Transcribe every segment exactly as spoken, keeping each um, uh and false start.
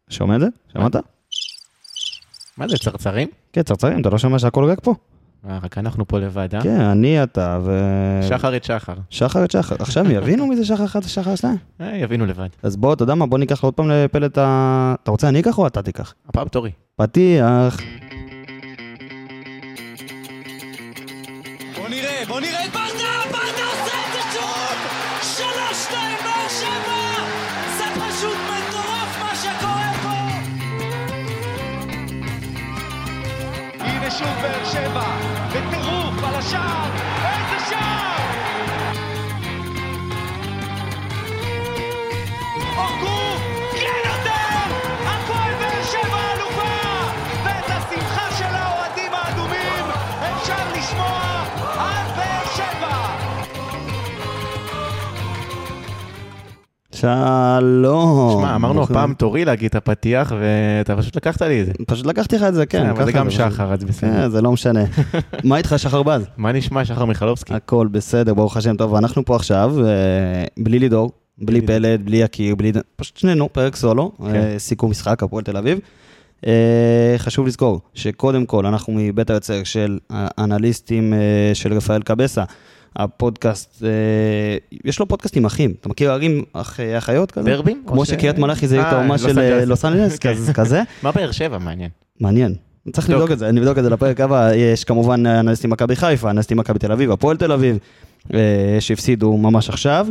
שומע את זה? שמעת? מה זה, צרצרים? כן, צרצרים, אתה לא שומע שהכל ריק פה? רק אנחנו פה לבד, אה? כן, אני, אתה ו... שחר את שחר. שחר את שחר. עכשיו יבינו מי זה שחר אחד ושחר שתיים? אה, יבינו לבד. אז בוא, אתה יודע מה? בוא ניקח עוד פעם לפלט את ה... אתה רוצה אני אקח או אתה תיקח? הפעם תורי. פתיח. בוא נראה, בוא נראה את ברדה! ברדה עושה את זה שוב! שלוש שתיים באר שבע! זה פשוט מטורף מה שקורה פה! הנה שוב באר שבע, בטירוף על השער, איזה שער! אורגו, כן יותר! הפועל באר שבע אלופה! ואת השמחה של האוהדים האדומים אפשר לשמוע על באר שבע! שלום. שמע, אמרנו הפעם תורי להגיד את הפתיח, ואתה פשוט לקחת לי את זה. פשוט לקחתי לך את זה, כן. אבל זה גם שחר, אז בסדר. כן, זה לא משנה. מה איתך שחר בז? מה נשמע שחר מיכלובסקי? הכל בסדר, ברוך השם טוב, ואנחנו פה עכשיו, בלי לידור, בלי פלט, בלי יקיר, בלי... פשוט שנינו, פרק סולו, סיכום משחק, הפועל תל אביב. חשוב לזכור שקודם כל אנחנו מבית היוצר של האנליסטים של רפאל קבסה, הפודקאסט, יש לו פודקאסטים אחים, אתה מכיר ערים אחיות כזה? דרבים? כמו שקריית מלאכי זה תאומה של לוס אנג'לס, כזה. מה באר שבע? מעניין. מעניין. צריך לבדוק את זה, אני אבדוק את זה לפרק הבא, יש כמובן אנליסטים מכבי חיפה, אנליסטים מכבי תל אביב, הפועל תל אביב, שהפסידו ממש עכשיו.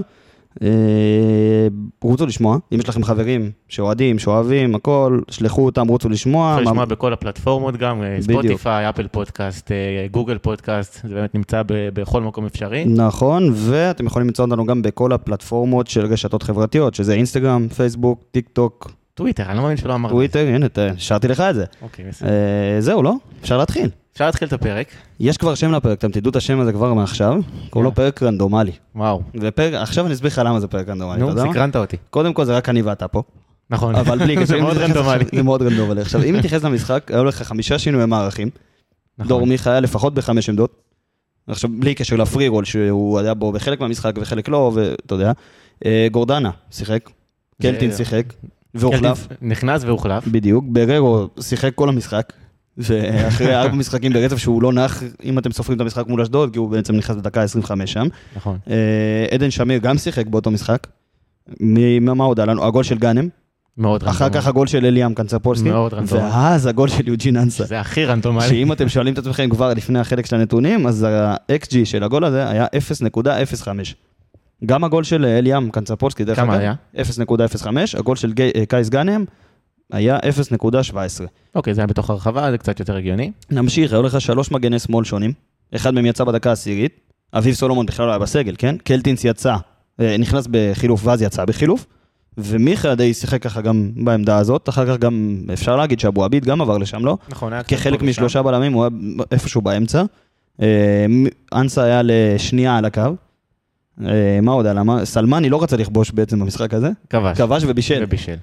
רוצו לשמוע, אם יש לכם חברים שאוהדים, שאוהבים, הכל, שלחו אותם, רוצו לשמוע. אפשר לשמוע בכל הפלטפורמות גם, ספוטיפיי, אפל פודקאסט, גוגל פודקאסט, זה באמת נמצא בכל מקום אפשרי. נכון, ואתם יכולים למצוא אותנו גם בכל הפלטפורמות של רשתות חברתיות, שזה אינסטגרם, פייסבוק, טיק טוק. טוויטר, אני לא מאמין שלא אמרת. טוויטר, הנה, שרתי לך את זה. אוקיי, בסדר. זהו, לא? אפשר להתחיל. אפשר להתחיל את הפרק. יש כבר שם לפרק, אתם תדעו את השם הזה כבר מעכשיו, קוראים לו פרק רנדומלי. וואו. עכשיו אני אסביר לך למה זה פרק רנדומלי. נו, סקרנת אותי. קודם כל זה רק אני ואתה פה. נכון. אבל בלי קשר. זה מאוד רנדומלי. זה מאוד רנדומלי. עכשיו, אם נתייחס למשחק, היו לך חמישה שינויי מערכים. דור מיכה היה לפחות בחמש עמדות. עכשיו, בלי קשר לפרי רול, שהוא היה בו בחלק מהמשחק וחלק לא, ואתה יודע. גורדנה שיחק, קלטין שיחק, והוחלף. נכנס והוחלף. בדיוק. בררו שיחק כל המשחק. ואחרי ארבע משחקים ברצף שהוא לא נח, אם אתם סופרים את המשחק מול אשדוד, כי הוא בעצם נכנס בדקה עשרים וחמש שם. נכון. עדן שמיר גם שיחק באותו משחק. מה עוד היה לנו? הגול של גאנם. מאוד רנדומלי. אחר כך הגול של אליאם קנצרפולסקי. מאוד רנדומלי. ואז הגול של יוג'ין אנסה. זה הכי רנדומלי. שאם אתם שואלים את עצמכם כבר לפני החלק של הנתונים, אז ה-אקס ג'י של הגול הזה היה אפס נקודה אפס חמש. גם הגול של אליאם קנצרפולסקי, דרך כמה היה? אפס נקודה אפס חמש. הגול של קייס גאנם היה אפס נקודה שבע עשרה. אוקיי, זה היה בתוך הרחבה, זה קצת יותר הגיוני. נמשיך, היו לך שלוש מגני שמאל שונים. אחד מהם יצא בדקה העשירית. אביב סולומון בכלל לא היה בסגל, כן? קלטינס יצא, נכנס בחילוף, ואז יצא בחילוף. ומיכה די שיחק ככה גם בעמדה הזאת. אחר כך גם אפשר להגיד שאבו עביד גם עבר לשם, לא? נכון, היה כחלק משלושה בלמים, הוא היה איפשהו באמצע. אנסה היה לשנייה על הקו. מה עוד היה? סלמני לא רצה לכבוש בעצם במשחק הזה. כבש. כבש ובישל. ובישל.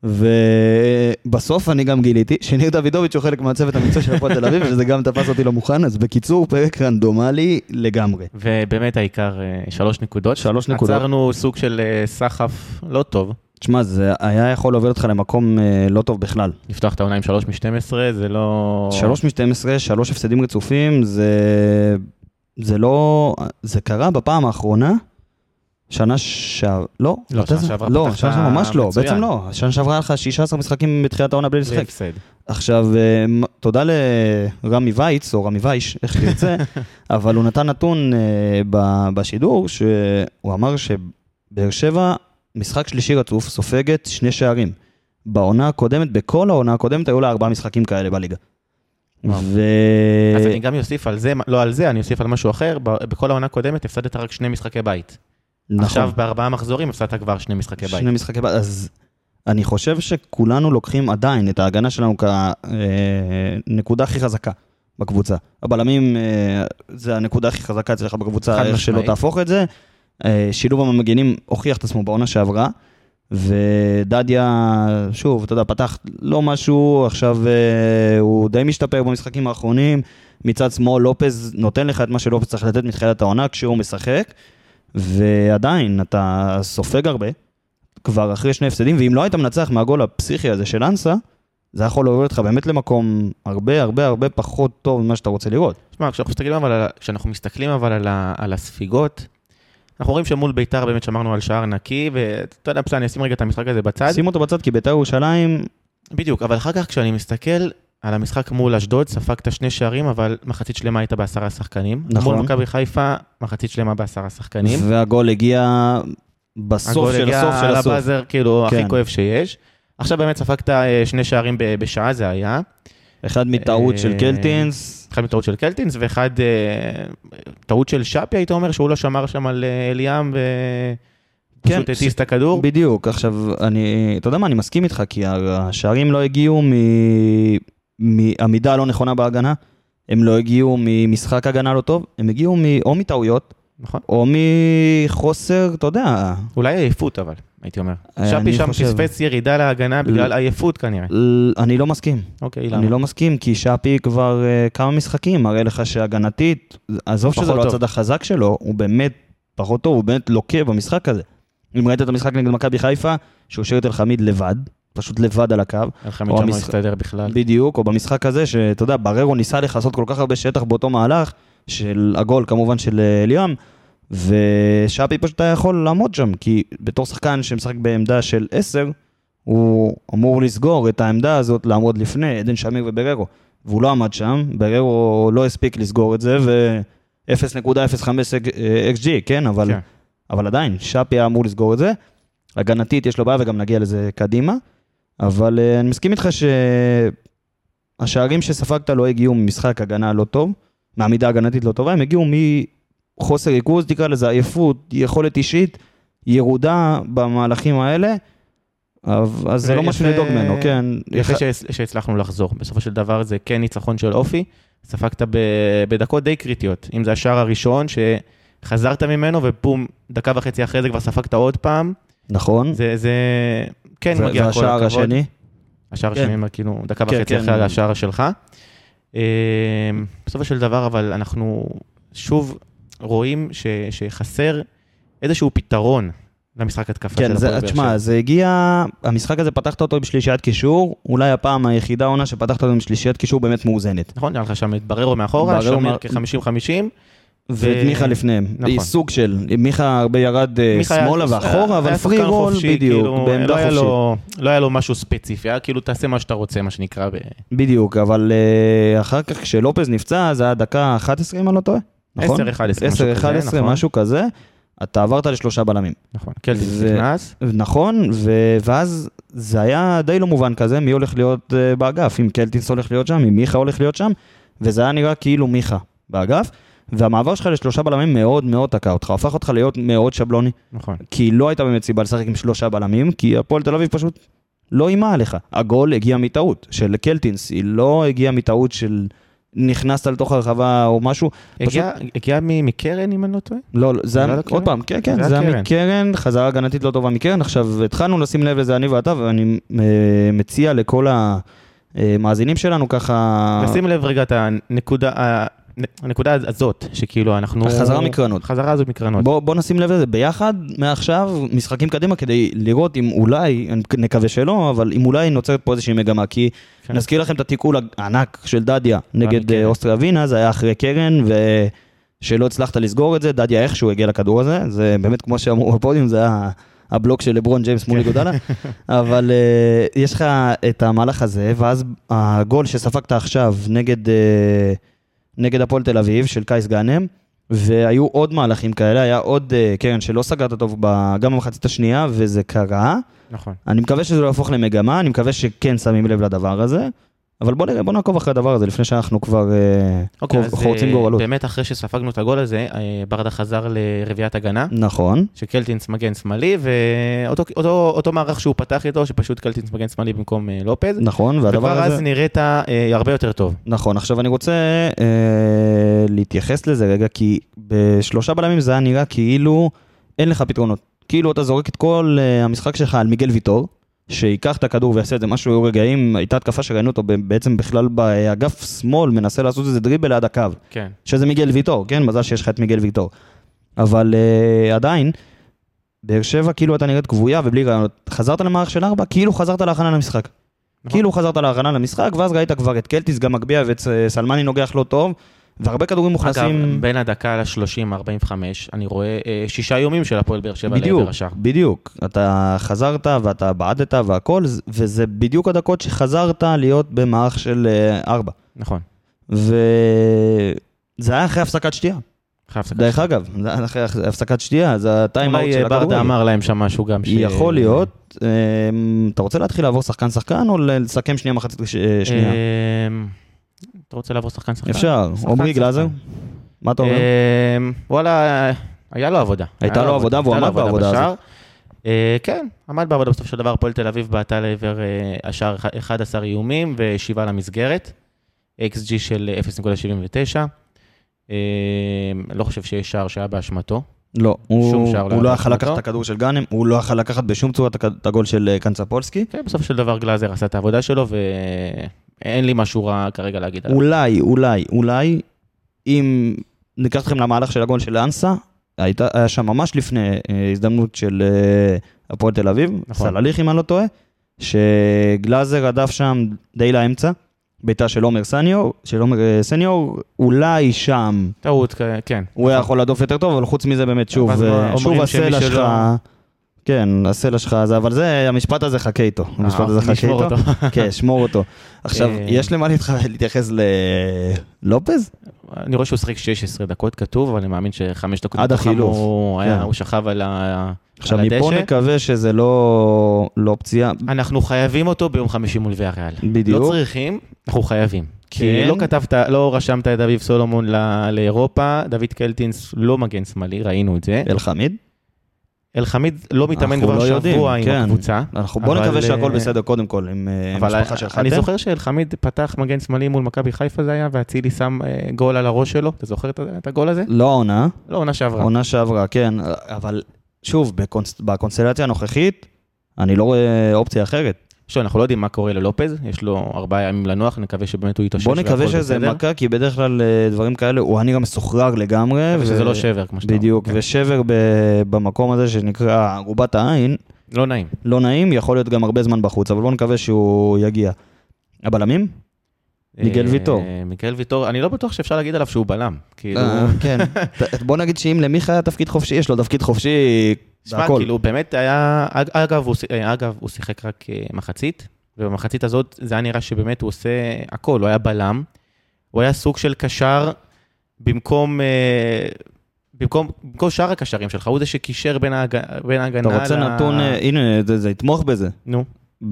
ובסוף אני גם גיליתי שניר דוידוביץ' הוא חלק מהצוות המקצוע של הפועל תל אביב, וזה גם תפס אותי לא מוכן, אז בקיצור, פרק רנדומלי לגמרי. ובאמת העיקר שלוש נקודות. שלוש נקודות. עצרנו סוג של סחף לא טוב. תשמע, זה היה יכול להוביל אותך למקום לא טוב בכלל. לפתוח את העונה עם שלוש משתים עשרה, זה לא... שלוש משתים עשרה, שלוש הפסדים רצופים, זה... זה לא... זה קרה בפעם האחרונה, שנה שעברה, לא, לא, שנה שעברה לא, פתחת שנה שעברה ממש לא, מצוין. בעצם לא, שנה שעברה לך שישה עשר משחקים בתחילת העונה בלי לשחק. הפסד. עכשיו, תודה לרמי וייץ, או רמי וייש, איך שתרצה, אבל הוא נתן נתון בשידור, שהוא אמר שבאר שבע, משחק שלישי רצוף, סופגת שני שערים. בעונה הקודמת, בכל העונה הקודמת, היו לה ארבעה משחקים כאלה בליגה. ו... אז אני גם יוסיף על זה, לא על זה, אני אוסיף על משהו אחר, בכל העונה הקודמת הפסדת רק שני משחקי בית. נכון. עכשיו בארבעה מחזורים הפסדת כבר שני משחקי בית. שני משחקי בית, אז אני חושב שכולנו לוקחים עדיין את ההגנה שלנו כנקודה הכי חזקה בקבוצה. הבלמים זה הנקודה הכי חזקה אצלך בקבוצה, איך שלא תהפוך את זה. שילוב המגנים הוכיח את עצמו בעונה שעברה, ודדיה, שוב, אתה יודע, פתח לא משהו, עכשיו הוא די משתפר במשחקים האחרונים, מצד שמאל לופז נותן לך את מה שלופז צריך לתת מתחילת העונה כשהוא משחק, ועדיין אתה סופג הרבה, כבר אחרי שני הפסדים, ואם לא היית מנצח מהגול הפסיכי הזה של אנסה, זה יכול להוביל אותך באמת למקום הרבה הרבה הרבה פחות טוב ממה שאתה רוצה לראות. תשמע, כשאנחנו מסתכלים אבל, כשאנחנו מסתכלים אבל על, ה, על הספיגות, אנחנו רואים שמול ביתר באמת שמרנו על שער נקי, ואתה יודע, בסדר, אני אשים רגע את המשחק הזה בצד. שים אותו בצד, כי ביתר ירושלים... בדיוק, אבל אחר כך כשאני מסתכל על המשחק מול אשדוד, ספגת שני שערים, אבל מחצית שלמה הייתה בעשרה שחקנים. נכון. מול מכבי חיפה, מחצית שלמה בעשרה שחקנים. והגול הגיע בסוף של הסוף של הסוף. על הבאזר, כאילו, כן. הכי כואב שיש. עכשיו באמת ספגת שני שערים בשעה, זה היה. אחד מטעות של קלטינס. אחד מטעות של קלטינס, ואחד טעות של שפי, היית אומר שהוא לא שמר שם על אליאם, ופשוט הטיס את הכדור. בדיוק, עכשיו, אני, אתה יודע מה, אני מסכים איתך, כי השערים לא הגיעו מעמידה לא נכונה בהגנה, הם לא הגיעו ממשחק הגנה לא טוב, הם הגיעו או מטעויות, נכון. או מחוסר, אתה יודע. אולי עייפות, אבל, הייתי אומר. שפי שם פספס ירידה להגנה בגלל עייפות כנראה. אני לא מסכים. אוקיי, למה? אני לא מסכים, כי שפי כבר כמה משחקים, מראה לך שהגנתית, עזוב שזה לא הצד החזק שלו, הוא באמת פחות טוב, הוא באמת לוקה במשחק הזה. אם ראית את המשחק נגד מכבי חיפה, שהוא שיר את אלחמיד לבד, פשוט לבד על הקו. אלחמיד שם לא הסתדר בכלל. בדיוק, או במשחק הזה, שאתה יודע, בררו ניסה לחסות כל כך הרבה שטח באותו מהלך, של הגול כמובן של אליאם, ושאפי פשוט היה יכול לעמוד שם, כי בתור שחקן שמשחק בעמדה של עשר, הוא אמור לסגור את העמדה הזאת, לעמוד לפני עדן שמיר ובררו, והוא לא עמד שם, בררו לא הספיק לסגור את זה, ו-אפס נקודה אפס חמש אקס ג'י, כן, אבל, כן. אבל עדיין, שאפי היה אמור לסגור את זה, הגנתית יש לו בעיה, וגם נגיע לזה קדימה, אבל uh, אני מסכים איתך שהשערים שספגת לא הגיעו ממשחק הגנה לא טוב, מעמידה הגנתית לא טובה, הם הגיעו מחוסר ריכוז, תקרא לזה עייפות, יכולת אישית, ירודה במהלכים האלה, אז זה לא משהו לדאוג ממנו, כן. יפה שהצלחנו לחזור, בסופו של דבר זה כן ניצחון של אופי, ספגת בדקות די קריטיות, אם זה השער הראשון שחזרת ממנו, ופום, דקה וחצי אחרי זה כבר ספגת עוד פעם. נכון. זה, זה כן מגיע כל הכבוד. והשער השני? השער השני, כאילו, דקה וחצי אחרי השער שלך. בסופו של דבר, אבל אנחנו שוב רואים שחסר איזשהו פתרון למשחק התקפה של הפועל באר שבע. כן, תשמע, זה הגיע, המשחק הזה פתחת אותו עם שלישיית קישור, אולי הפעם היחידה עונה שפתחת אותו עם שלישיית קישור באמת מאוזנת. נכון, נראה לך שם את בררו מאחורה, שמיר כ-חמישים חמישים. ואת מיכה לפניהם, נכון. סוג של, מיכה הרבה ירד שמאלה ואחורה, אבל פרי רול בדיוק, בעמדה חופשית. לא היה לו משהו ספציפי, היה כאילו תעשה מה שאתה רוצה, מה שנקרא. בדיוק, אבל אחר כך כשלופז נפצע, זה היה דקה אחת עשרה אם אני לא טועה, נכון? עשר אחת עשרה, עשר אחת עשרה, משהו כזה, אתה עברת לשלושה בלמים. נכון, קלטינס נכנס. נכון, ואז זה היה די לא מובן כזה, מי הולך להיות באגף, אם קלטינס הולך להיות שם, אם מיכה הולך להיות שם, וזה היה נראה כאילו מיכה באגף, והמעבר שלך לשלושה בלמים מאוד מאוד תקע אותך, הופך אותך להיות מאוד שבלוני, נכון. כי לא הייתה באמת סיבה לשחק עם שלושה בלמים, כי הפועל תל אביב פשוט לא אימה עליך. הגול הגיע מטעות של קלטינס, היא לא הגיעה מטעות של נכנסת לתוך הרחבה או משהו. הגיע, פשוט... הגיע מקרן אם אני לא טועה? לא, זה היה, עוד פעם, כן, כן, זה היה מקרן, חזרה הגנתית לא טובה מקרן, עכשיו התחלנו לשים לב לזה אני ואתה, ואני מציע לכל המאזינים שלנו ככה... לשים לב רגע את הנקודה... הנקודה הזאת, שכאילו אנחנו... החזרה מקרנות. חזרה הזאת מקרנות. בוא, בוא נשים לב לזה ביחד, מעכשיו, משחקים קדימה, כדי לראות אם אולי, נקווה שלא, אבל אם אולי נוצרת פה איזושהי מגמה, כי כן. נזכיר לכם את התיקול הענק של דדיה, נגד אוסטריה ווינה, זה היה אחרי קרן, ושלא הצלחת לסגור את זה, דדיה איכשהו הגיע לכדור הזה, זה באמת כמו שאמרו בפודיום, זה היה הבלוק של לברון ג'יימס מול גודלה, אבל uh, יש לך את המהלך הזה, ואז הגול שספגת עכשיו נגד... Uh, נגד הפועל תל אביב של קייס גאנם, והיו עוד מהלכים כאלה, היה עוד uh, קרן שלא סגרת טוב גם במחצית השנייה, וזה קרה. נכון. אני מקווה שזה לא יהפוך למגמה, אני מקווה שכן שמים לב לדבר הזה, אבל בוא נראה, בוא נעקוב אחרי הדבר הזה, לפני שאנחנו כבר אוקיי, uh, חורצים גורלות. באמת אחרי שספגנו את הגול הזה, ברדה חזר לרביעת הגנה. נכון. שקלטינס מגן שמאלי, ואותו אותו, אותו מערך שהוא פתח איתו, שפשוט קלטינס מגן שמאלי במקום uh, לופז. נכון, והדבר הזה... וכבר אז נראית uh, הרבה יותר טוב. נכון, עכשיו אני רוצה uh, להתייחס לזה רגע, כי בשלושה בלמים זה היה נראה כאילו אין לך פתרונות. כאילו אתה זורק את כל uh, המשחק שלך על מיגל ויטור, שיקח את הכדור ויעשה את זה משהו רגעים, הייתה התקפה שראינו אותו בעצם בכלל באגף שמאל, מנסה לעשות איזה דריבל ליד הקו, כן. שזה מיגל ויטור, כן, מזל שיש לך את מיגל ויטור, אבל uh, עדיין, באר שבע כאילו אתה נראית קבויה ובלי רעיונות. חזרת למערך של ארבע, כאילו חזרת להכנה למשחק. כאילו חזרת להכנה למשחק, ואז ראית כבר את קלטיס גם מגביע ואת סלמני נוגח לא טוב, והרבה כדורים מוכנסים... אגב, בין הדקה ל-שלושים ארבעים וחמש, אני רואה אה, שישה יומים של הפועל באר שבע לעבר השאר. בדיוק, אתה חזרת ואתה בעדת והכל, וזה בדיוק הדקות שחזרת להיות במערך של ארבע. נכון. וזה היה אחרי הפסקת שתייה. דרך אגב, זה היה אחרי הפסקת שתייה, זה הטיימאוט של הכדורגל. אולי ברדה אמר להם שם משהו גם ש... יכול להיות. אתה רוצה להתחיל לעבור שחקן שחקן, או לסכם שנייה מחצית שנייה? אתה רוצה לעבור שחקן שחקן? אפשר. עומרי גלאזר? מה אתה אומר? וואלה, היה לו עבודה. הייתה לו עבודה והוא עמד בעבודה הזאת. כן, עמד בעבודה בסוף של דבר, הפועל תל אביב בעטה לעבר השאר אחד עשר איומים ושבעה למסגרת. אקס ג'י של אפס נקודה שבעים ותשע. לא חושב שיש שער שהיה באשמתו. לא, הוא לא יכול לקחת את הכדור של גאנם, הוא לא יכול לקחת בשום צורה את הגול של קנצפולסקי. כן, בסוף של דבר גלאזר עשה את העבודה שלו, ואין לי משהו רע כרגע להגיד עליו. אולי, אולי, אולי, אם ניקח אתכם למהלך של הגול של אנסה, היה שם ממש לפני הזדמנות של הפועל תל אביב, סלליך אם אני לא טועה, שגלאזר עדף שם די לאמצע, ביתה של עומר סניור, של עומר סניור, אולי שם... טעות, כן. הוא היה יכול לדוף יותר טוב, אבל חוץ מזה באמת שוב, שוב הסלע שלך, כן, הסלע שלך, אבל זה, המשפט הזה חכה איתו. המשפט הזה חכה איתו. כן, שמור אותו. עכשיו, יש למה להתייחס ללופז? אני רואה שהוא שחק שש עשרה דקות כתוב, אבל אני מאמין שחמש דקות עד החילוף. הוא שכב על הדשא. עכשיו, מפה נקווה שזה לא פציעה. אנחנו חייבים אותו ביום חמישי מול ויאריאל. בדיוק. לא צריכים, אנחנו חייבים. כי לא כתבת, לא רשמת את דוד סולומון לאירופה, דוד קלטינס לא מגן שמאלי, ראינו את זה. אלחמיד? אלחמיד לא מתאמן כבר שבוע עם הקבוצה. בוא נקווה שהכל בסדר קודם כל עם המשפחה של חתם. אני זוכר שאלחמיד פתח מגן שמאלי מול מכבי חיפה זה היה, והצילי שם גול על הראש שלו. אתה זוכר את הגול הזה? לא עונה. לא עונה שעברה. עונה שעברה, כן. אבל שוב, בקונסטלציה הנוכחית, אני לא רואה אופציה אחרת. שוב, אנחנו לא יודעים מה קורה ללופז, יש לו ארבעה ימים לנוח, נקווה שבאמת הוא יתאושש. בוא נקווה שזה מכה, כי בדרך כלל דברים כאלה, הוא אני גם מסוחרר לגמרי. ושזה לא שבר, כמו שאתה. בדיוק, ושבר במקום הזה שנקרא רובת העין. לא נעים. לא נעים, יכול להיות גם הרבה זמן בחוץ, אבל בוא נקווה שהוא יגיע. הבלמים? מיגל ויטור. מיגל ויטור, אני לא בטוח שאפשר להגיד עליו שהוא בלם. כן. בוא נגיד שאם למיכה היה תפקיד חופשי, יש לו תפקיד חופשי שמע, כאילו, באמת היה, אגב, הוא, אגב, הוא שיחק רק מחצית, ובמחצית הזאת זה היה נראה שבאמת הוא עושה הכל, הוא היה בלם, הוא היה סוג של קשר במקום, במקום, במקום שאר הקשרים שלך, הוא זה שקישר בין ההגנה... אתה רוצה נתון, הנה, זה יתמוך בזה. נו.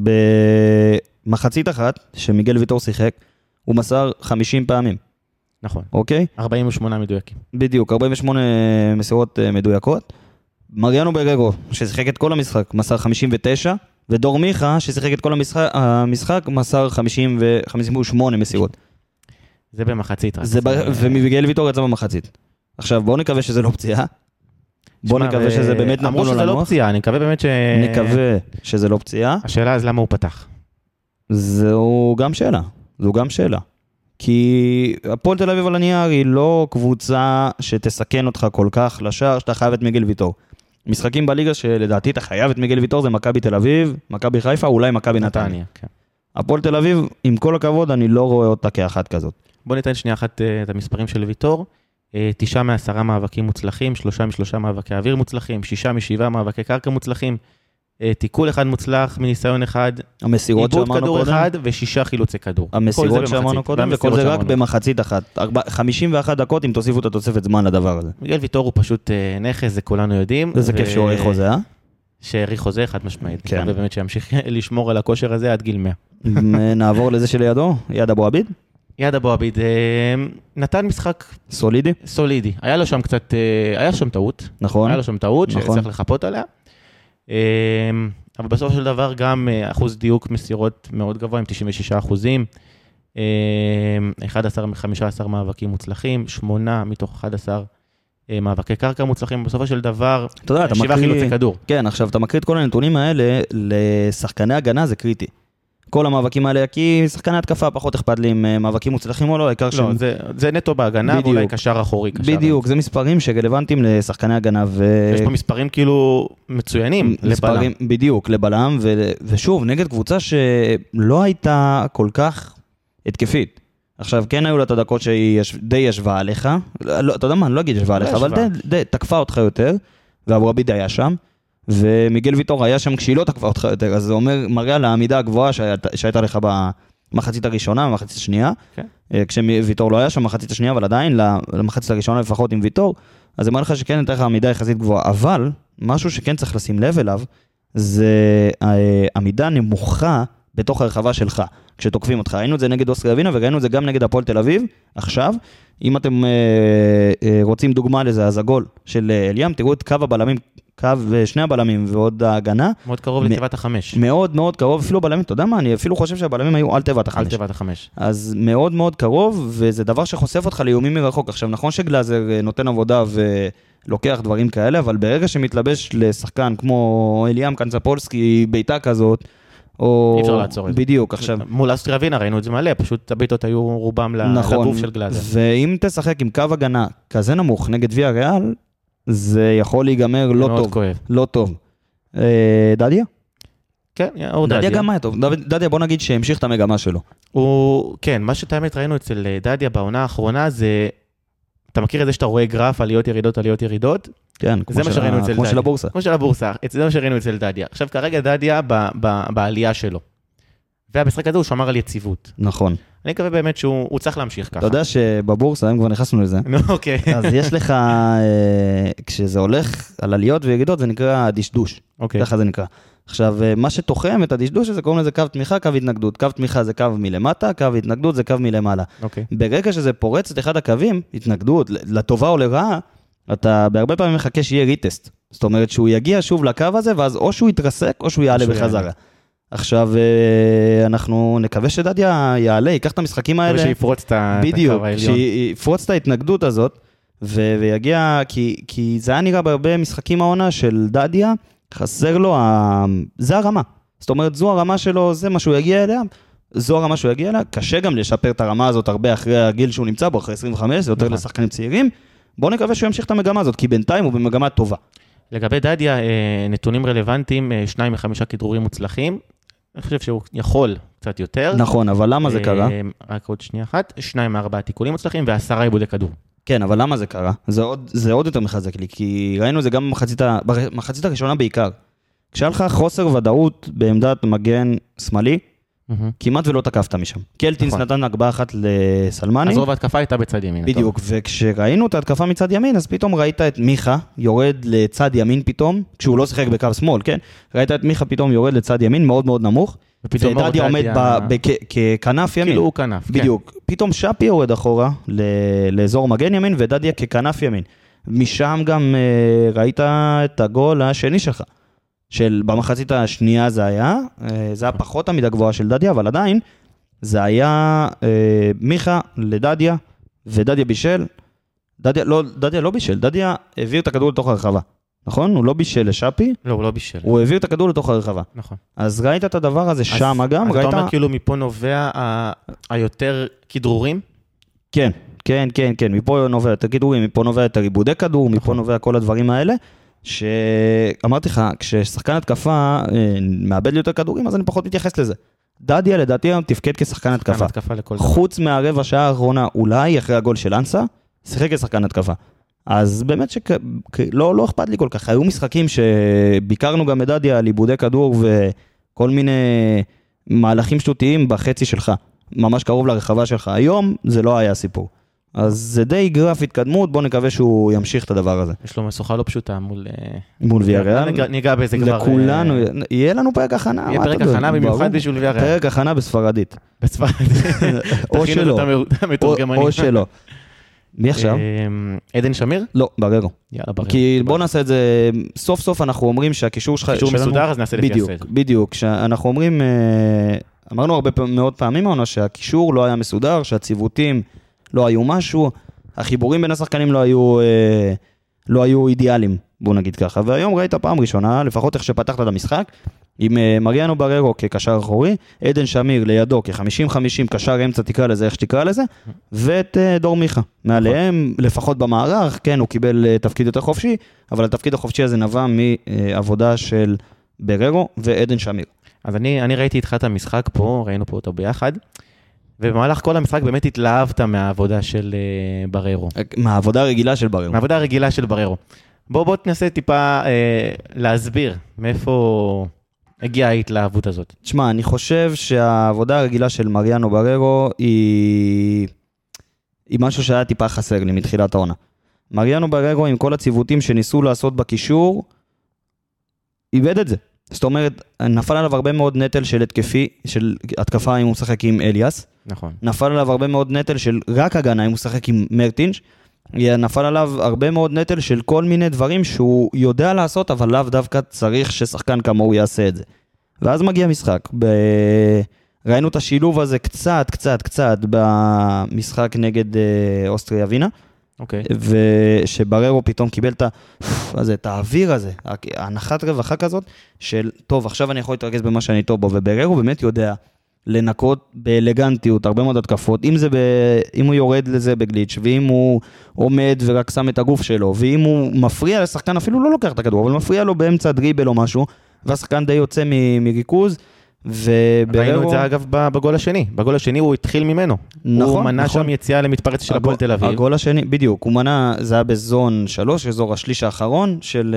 במחצית אחת, שמיגל ויטור שיחק, הוא מסר חמישים פעמים. נכון. אוקיי? ארבעים ושמונה מדויקים. בדיוק, ארבעים ושמונה מסירות מדויקות. מריאנו ברגו, ששיחק את כל המשחק, מסר חמישים ותשע, ודור מיכה, ששיחק את כל המשחק, המשחק מסר חמישים ושמונה מסירות. זה במחצית. זה ב... ומיגל ויטור יצא במחצית. עכשיו, בואו נקווה שזה לא פציעה. בואו נקווה שזה באמת נתנו לו לנוח. אמרו שזה לא פציעה, אני מקווה באמת ש... נקווה שזה לא פציעה. השאלה אז למה הוא פתח? זו גם שאלה. זו גם שאלה. כי הפועל תל אביב על הנייר היא לא קבוצה שתסכן אותך כל כך לשער שאתה חייב את מיגל ויטור. משחקים בליגה שלדעתי אתה חייב את מיגל ויטור זה מכבי תל אביב, מכבי חיפה, אולי מכבי נתניה. כן. הפועל תל אביב, עם כל הכבוד, אני לא רואה אותה כאחת כזאת. בוא ניתן שנייה אחת את המספרים של ויטור. תשעה מעשרה מאבקים מוצלחים, שלושה משלושה מאבקי אוויר מוצלחים, שישה משבעה מאבקי קרקע מוצלחים, תיקול אחד מוצלח, מניסיון אחד, עיבוד כדור אחד ושישה חילוצי כדור. המסירות שאמרנו קודם, וכל זה רק במחצית אחת. חמישים ואחת דקות אם תוסיפו את התוספת זמן לדבר הזה. מיגל ויטור הוא פשוט נכס, זה כולנו יודעים. וזה כיף שהוא עריך חוזה, אה? שעריך חוזה חד משמעית. כן. ובאמת שימשיך לשמור על הכושר הזה עד גיל מאה. נעבור לזה שלידו, יד אבו עביד. יד אבו עביד נתן משחק סולידי. סולידי. היה לו שם קצת, היה שם טעות. נכון. היה לו שם טעות שצריך לחפות עליה. אבל בסוף של דבר גם אחוז דיוק מסירות מאוד גבוה, עם תשעים ושישה אחוזים, אחד עשר מחמישה עשר מאבקים מוצלחים, שמונה מתוך אחד עשר מאבקי קרקע מוצלחים, בסופו של דבר, שבעה חילוצי כדור. כן, עכשיו אתה מקריא את כל הנתונים האלה, לשחקני הגנה זה קריטי. כל המאבקים האלה, כי שחקני התקפה פחות אכפת לי עם מאבקים מוצלחים או לא, העיקר לא, שהם... זה, זה נטו בהגנה, בדיוק. ואולי קשר אחורי. קשר בדיוק, זה מספרים שרלוונטיים לשחקני הגנה. ו... יש פה מספרים כאילו מצוינים מספרים, לבלם. בדיוק, לבלם, ו... ושוב, נגד קבוצה שלא הייתה כל כך התקפית. עכשיו, כן היו לה את הדקות שהיא יש... די ישבה עליך, לא, אתה יודע מה, אני לא אגיד ישבה עליך, אבל די, די, תקפה אותך יותר, ואבו עביד היה שם, ומיגל ויטור היה שם כשהיא לא תקפה אותך יותר, אז זה אומר, מראה על העמידה הגבוהה שהיית, שהייתה לך במחצית הראשונה, במחצית השנייה, okay. כשוויטור לא היה שם במחצית השנייה, אבל עדיין למחצית הראשונה לפחות עם ויטור, אז זה אומר לך שכן הייתה לך עמידה יחסית גבוהה, אבל משהו שכן צריך לשים לב אליו, זה עמידה נמוכה בתוך הרחבה שלך, כשתוקפים אותך. ראינו את זה נגד אוסטריה ווינה, וראינו את זה גם נגד הפועל תל אביב. עכשיו, אם אתם אה, אה, רוצים דוגמה לזה, אז הגול של אליאם, תראו את קו הבלמים, קו שני הבלמים ועוד ההגנה. מאוד קרוב מ- לתיבת החמש. מאוד מאוד קרוב, אפילו בלמים, אתה יודע מה, אני אפילו חושב שהבלמים היו על תיבת החמש. על תיבת החמש. אז מאוד מאוד קרוב, וזה דבר שחושף אותך לאיומים מרחוק. עכשיו, נכון שגלאזר נותן עבודה ולוקח דברים כאלה, אבל ברגע שמתלבש לשחקן כמו אליאם קנצפולסקי, ביתה כזאת, או... אי אפשר לעצור את זה. בדיוק, עכשיו... מול אוסטריה ווינה ראינו את זה מלא, פשוט הביטות היו רובם נכון, לגוף של גלאזר. ואם תשחק עם קו הגנה כזה נמוך נגד ויה ריאל, זה יכול להיגמר לא טוב. כואב. לא טוב. אה, דדיה? כן, אור דדיה. דדיה גם היה טוב. דדיה, בוא נגיד שהמשיך את המגמה שלו. הוא, כן, מה שתאמת ראינו אצל דדיה בעונה האחרונה זה, אתה מכיר את זה שאתה רואה גרף עליות ירידות, עליות ירידות? כן, זה מה שראינו אצל כמו של הבורסה. כמו של הבורסה, זה מה שראינו אצל דדיה. עכשיו כרגע דדיה ב, ב, בעלייה שלו. והמשחק הזה הוא שמר על יציבות. נכון. אני מקווה באמת שהוא צריך להמשיך ככה. אתה יודע שבבורסה, הם כבר נכנסנו לזה. נו, אוקיי. אז יש לך, כשזה הולך על עליות וירידות, זה נקרא דשדוש. אוקיי. ככה זה נקרא. עכשיו, מה שתוחם את הדשדוש הזה, קוראים לזה קו תמיכה, קו התנגדות. קו תמיכה זה קו מלמטה, קו התנגדות זה קו מלמעלה. אוקיי. ברגע שזה פורץ את אחד הקווים, התנגדות, לטובה או לרעה, אתה בהרבה פעמים מחכה שיהיה ריטסט. זאת אומרת שהוא יגיע שוב לקו הזה, ואז או שהוא יתרסק, או שהוא יעלה בחזרה. עכשיו, אנחנו נקווה שדדיה יעלה, ייקח את המשחקים האלה. ושיפרוץ את הקו העליון. בדיוק, שיפרוץ את ההתנגדות הזאת, ויגיע, כי זה היה נראה בהרבה משחקים העונה של דדיה, חסר לו, זה הרמה. זאת אומרת, זו הרמה שלו, זה מה שהוא יגיע אליה, זו הרמה שהוא יגיע אליה, קשה גם לשפר את הרמה הזאת הרבה אחרי הגיל שהוא נמצא בו, אחרי עשרים וחמש, זה יותר לשחקנים צעירים. בואו נקווה שהוא ימשיך את המגמה הזאת, כי בינתיים הוא במגמה טובה. לגבי דדיה, נתונים רלוונטיים, שניים מחמישה כדרורים מוצלחים, אני חושב שהוא יכול קצת יותר. נכון, אבל למה זה קרה? רק עוד שנייה אחת, שניים מארבעה תיקולים מוצלחים, ועשרה עיבודי כדור. כן, אבל למה זה קרה? זה עוד, זה עוד יותר מחזק לי, כי ראינו את זה גם במחצית, במחצית הראשונה בעיקר. כשהיה לך חוסר ודאות בעמדת מגן שמאלי, כמעט ולא תקפת משם. קלטינס נתן הגבהה אחת לסלמני. אז רוב ההתקפה הייתה בצד ימין. בדיוק, וכשראינו את ההתקפה מצד ימין, אז פתאום ראית את מיכה יורד לצד ימין פתאום, כשהוא לא שיחק בקו שמאל, כן? ראית את מיכה פתאום יורד לצד ימין, מאוד מאוד נמוך, ודדיה עומד ככנף ימין. כאילו הוא כנף, כן. בדיוק. פתאום שפי יורד אחורה לאזור מגן ימין, ודדיה ככנף ימין. משם גם ראית את הגול השני שלך. של במחצית השנייה זה היה, זה היה פחות עמידה גבוהה של דדיה, אבל עדיין זה היה אה, מיכה לדדיה, ודדיה בישל, דדיה לא, דדיה לא בישל, דדיה העביר את הכדור לתוך הרחבה, נכון? הוא לא בישל לשפי, לא, הוא לא בישל. הוא העביר את הכדור לתוך הרחבה. נכון. אז ראית את הדבר הזה שם גם, אז ראית... אתה אומר כאילו מפה נובע ה... היותר כדרורים? כן, כן, כן, כן, מפה נובע יותר כדורים, מפה נובע יותר עיבודי כדור, נכון. מפה נובע כל הדברים האלה. שאמרתי לך, כששחקן התקפה מאבד לי יותר כדורים, אז אני פחות מתייחס לזה. דדיה לדעתי תפקד כשחקן התקפה. חוץ מהרבע שעה האחרונה, אולי אחרי הגול של אנסה, שיחק כשחקן התקפה. אז באמת שלא לא אכפת לי כל כך. היו משחקים שביקרנו גם מדדיה על עיבודי כדור וכל מיני מהלכים שטותיים בחצי שלך, ממש קרוב לרחבה שלך. היום זה לא היה סיפור. אז זה די גרף התקדמות, בוא נקווה שהוא ימשיך את הדבר הזה. יש לו משוכה לא פשוטה מול... מול ויאריאל. ניגע בזה כבר... לכולנו, יהיה לנו פרק הכנה. יהיה פרק הכנה במיוחד בשביל ויאריאל. פרק הכנה בספרדית. בספרדית. או שלא. או שלא. מי עכשיו? עדן שמיר? לא, בררו. יאללה, בררו. כי בוא נעשה את זה, סוף סוף אנחנו אומרים שהקישור שלך... קישור מסודר, אז נעשה לפי הסדר. בדיוק, כשאנחנו אומרים, אמרנו הרבה מאוד פעמים עונה שהקישור לא היה מסודר, שהציוותים לא היו משהו, החיבורים בין השחקנים לא היו, לא היו אידיאליים, בוא נגיד ככה. והיום ראית פעם ראשונה, לפחות איך שפתחת את המשחק, עם מריאנו בררו כקשר אחורי, עדן שמיר לידו כ-חמישים חמישים קשר אמצע, תקרא לזה איך שתקרא לזה, ואת דור מיכה. מעליהם, לפחות במערך, כן, הוא קיבל תפקיד יותר חופשי, אבל התפקיד החופשי הזה נבע מעבודה של בררו ועדן שמיר. אז אני, אני ראיתי איתך את המשחק פה, ראינו פה אותו ביחד, ובמהלך כל המשחק באמת התלהבת מהעבודה של uh, בררו. מהעבודה הרגילה של בררו. מהעבודה הרגילה של בררו. בוא, בוא תנסה טיפה uh, להסביר מאיפה הגיעה ההתלהבות הזאת. תשמע, אני חושב שהעבודה הרגילה של מריאנו בררו היא, היא משהו שהיה טיפה חסר לי מתחילת העונה. מריאנו בררו עם כל הציוותים שניסו לעשות בקישור, איבד את זה. זאת אומרת, נפל עליו הרבה מאוד נטל של התקפי, של התקפה אם הוא משחק עם אליאס. נכון. נפל עליו הרבה מאוד נטל של רק הגנה אם הוא משחק עם מרטינש. נפל עליו הרבה מאוד נטל של כל מיני דברים שהוא יודע לעשות, אבל לאו דווקא צריך ששחקן כמוהו יעשה את זה. ואז מגיע משחק. ב... ראינו את השילוב הזה קצת, קצת, קצת במשחק נגד אוסטריה ווינה. אוקיי. ושבררו פתאום קיבל את, הזה, את האוויר הזה, ההנחת רווחה כזאת, של טוב, עכשיו אני יכול להתרכז במה שאני טוב בו, ובררו באמת יודע לנקות באלגנטיות, הרבה מאוד התקפות, אם, זה ב, אם הוא יורד לזה בגליץ', ואם הוא עומד ורק שם את הגוף שלו, ואם הוא מפריע לשחקן, אפילו לא לוקח את הכדור, אבל מפריע לו באמצע דריבל או משהו, והשחקן די יוצא מ- מריכוז, ובררו... ראינו את זה אגב בגול השני, בגול השני הוא התחיל ממנו. נכון, הוא מנע נכון. שם יציאה למתפרץ של הפועל תל אביב. הגול השני, בדיוק, הוא מנע, זה היה בזון שלוש, אזור השליש האחרון של,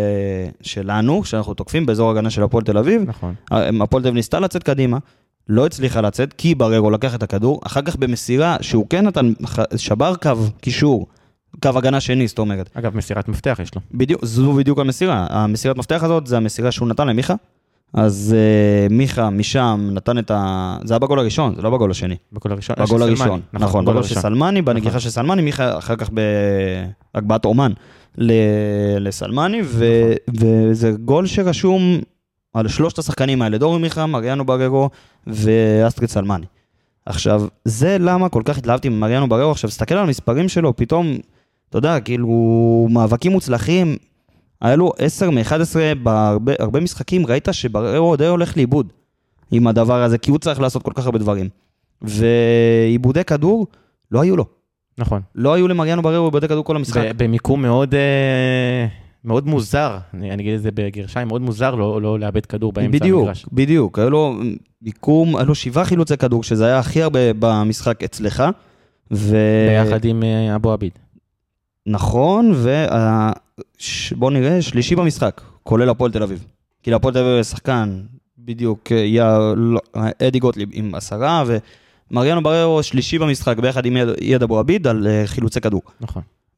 שלנו, שאנחנו תוקפים באזור הגנה של הפועל תל אביב. נכון. הפועל תל אביב ניסתה לצאת קדימה, לא הצליחה לצאת, כי בררו לקח את הכדור, אחר כך במסירה שהוא כן נתן, שבר קו קישור, קו הגנה שני, זאת אומרת. אגב, מסירת מפתח יש לו. בדיוק, זו בדיוק המסירה. המסירת מפתח הזאת, זה המסירה שהוא נתן למיכה, אז uh, מיכה משם נתן את ה... זה היה בגול הראשון, זה לא בגול השני. בגול הראשון. בגול הראשון, נכון, נכון בגול של סלמני, בנגיחה נכון. של סלמני, מיכה אחר כך בהגבהת אומן ל... לסלמני, ו... נכון. וזה גול שרשום על שלושת השחקנים האלה, דורי מיכה, מריאנו בררו ואסטריד סלמני. עכשיו, זה למה כל כך התלהבתי ממריאנו בררו, עכשיו, תסתכל על המספרים שלו, פתאום, אתה יודע, כאילו, מאבקים מוצלחים, היה לו עשר מ-אחד עשרה בהרבה הרבה משחקים, ראית שבררו די הולך לאיבוד עם הדבר הזה, כי הוא צריך לעשות כל כך הרבה דברים. ואיבודי כדור לא היו לו. נכון. לא היו למריאנו בררו איבודי כדור כל המשחק. במיקום מאוד, מאוד מוזר, אני אגיד את זה בגרשיים, מאוד מוזר לא, לא לאבד כדור באמצע בדיוק, המגרש. בדיוק, היה לו מיקום, היה לו שבעה חילוצי כדור, שזה היה הכי הרבה במשחק אצלך. ו... ביחד עם אבו עביד. נכון, ובוא נראה, שלישי במשחק, כולל הפועל תל אביב. כי לפועל תל אביב שחקן, בדיוק, אדי גוטליב עם עשרה, ומריאנו בררו שלישי במשחק, ביחד עם יד אבו עביד על חילוצי כדור. נכון.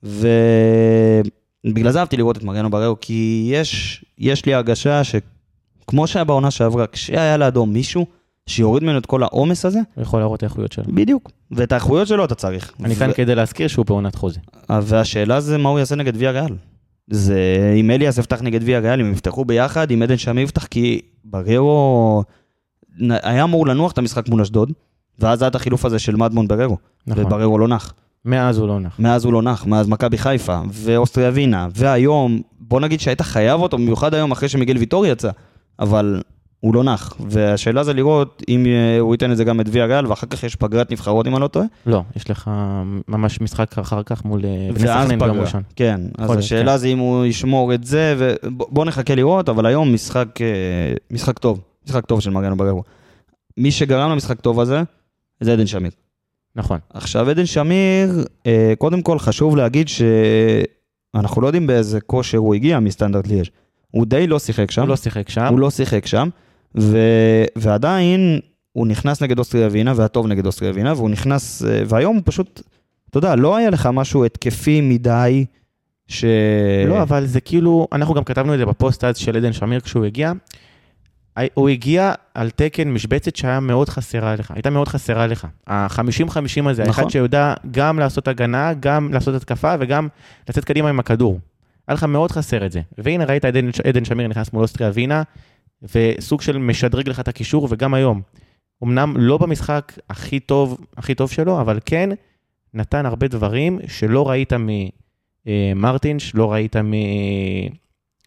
ובגלל זה אהבתי לראות את מריאנו בררו, כי יש, יש לי הרגשה שכמו שהיה בעונה שעברה, כשהיה לאדום מישהו, שיוריד ממנו את כל העומס הזה. הוא יכול להראות את האיכויות שלו. בדיוק. ואת האיכויות שלו אתה צריך. אני כאן כדי להזכיר שהוא בעונת חוזה. והשאלה זה מה הוא יעשה נגד ויה ריאל. זה אם אליאס יפתח נגד ויה ריאל, אם יפתחו ביחד, עם עדן שמיר יפתח, כי בררו היה אמור לנוח את המשחק מול אשדוד, ואז היה את החילוף הזה של מדמון בררו. ובררו לא נח. מאז הוא לא נח. מאז הוא לא נח, מאז מכבי חיפה, ואוסטריה ווינה, והיום, בוא נגיד שהיית חייב אותו, במיוחד היום אחרי שמיגל ויטור יצא, אבל הוא לא נח, והשאלה זה לראות אם הוא ייתן את זה גם את ויה ריאל, ואחר כך יש פגרת נבחרות אם אני לא טועה. לא, יש לך ממש משחק אחר כך מול בני סכנין ביום ראשון. כן, אז השאלה זה אם הוא ישמור את זה, ובוא נחכה לראות, אבל היום משחק, משחק טוב, משחק טוב של מריאנו בררו. מי שגרם למשחק טוב הזה, זה עדן שמיר. נכון. עכשיו עדן שמיר, קודם כל חשוב להגיד שאנחנו לא יודעים באיזה כושר הוא הגיע מסטנדרט ליאז'. הוא די לא שיחק שם. הוא לא שיחק שם. הוא לא שיחק שם. ו... ועדיין הוא נכנס נגד אוסטריה ווינה, והטוב נגד אוסטריה ווינה, והוא נכנס, והיום הוא פשוט, אתה יודע, לא היה לך משהו התקפי מדי, ש... לא, אבל זה כאילו, אנחנו גם כתבנו את זה בפוסט אז של עדן שמיר כשהוא הגיע, הוא הגיע על תקן משבצת שהיה מאוד חסרה לך, הייתה מאוד חסרה לך. ה-חמישים חמישים הזה, נכון. האחד שיודע גם לעשות הגנה, גם לעשות התקפה, וגם לצאת קדימה עם הכדור. היה לך מאוד חסר את זה. והנה ראית עדן, עדן שמיר נכנס מול אוסטריה ווינה, וסוג של משדרג לך את הקישור, וגם היום. אמנם לא במשחק הכי טוב, הכי טוב שלו, אבל כן נתן הרבה דברים שלא ראית ממרטינש, לא ראית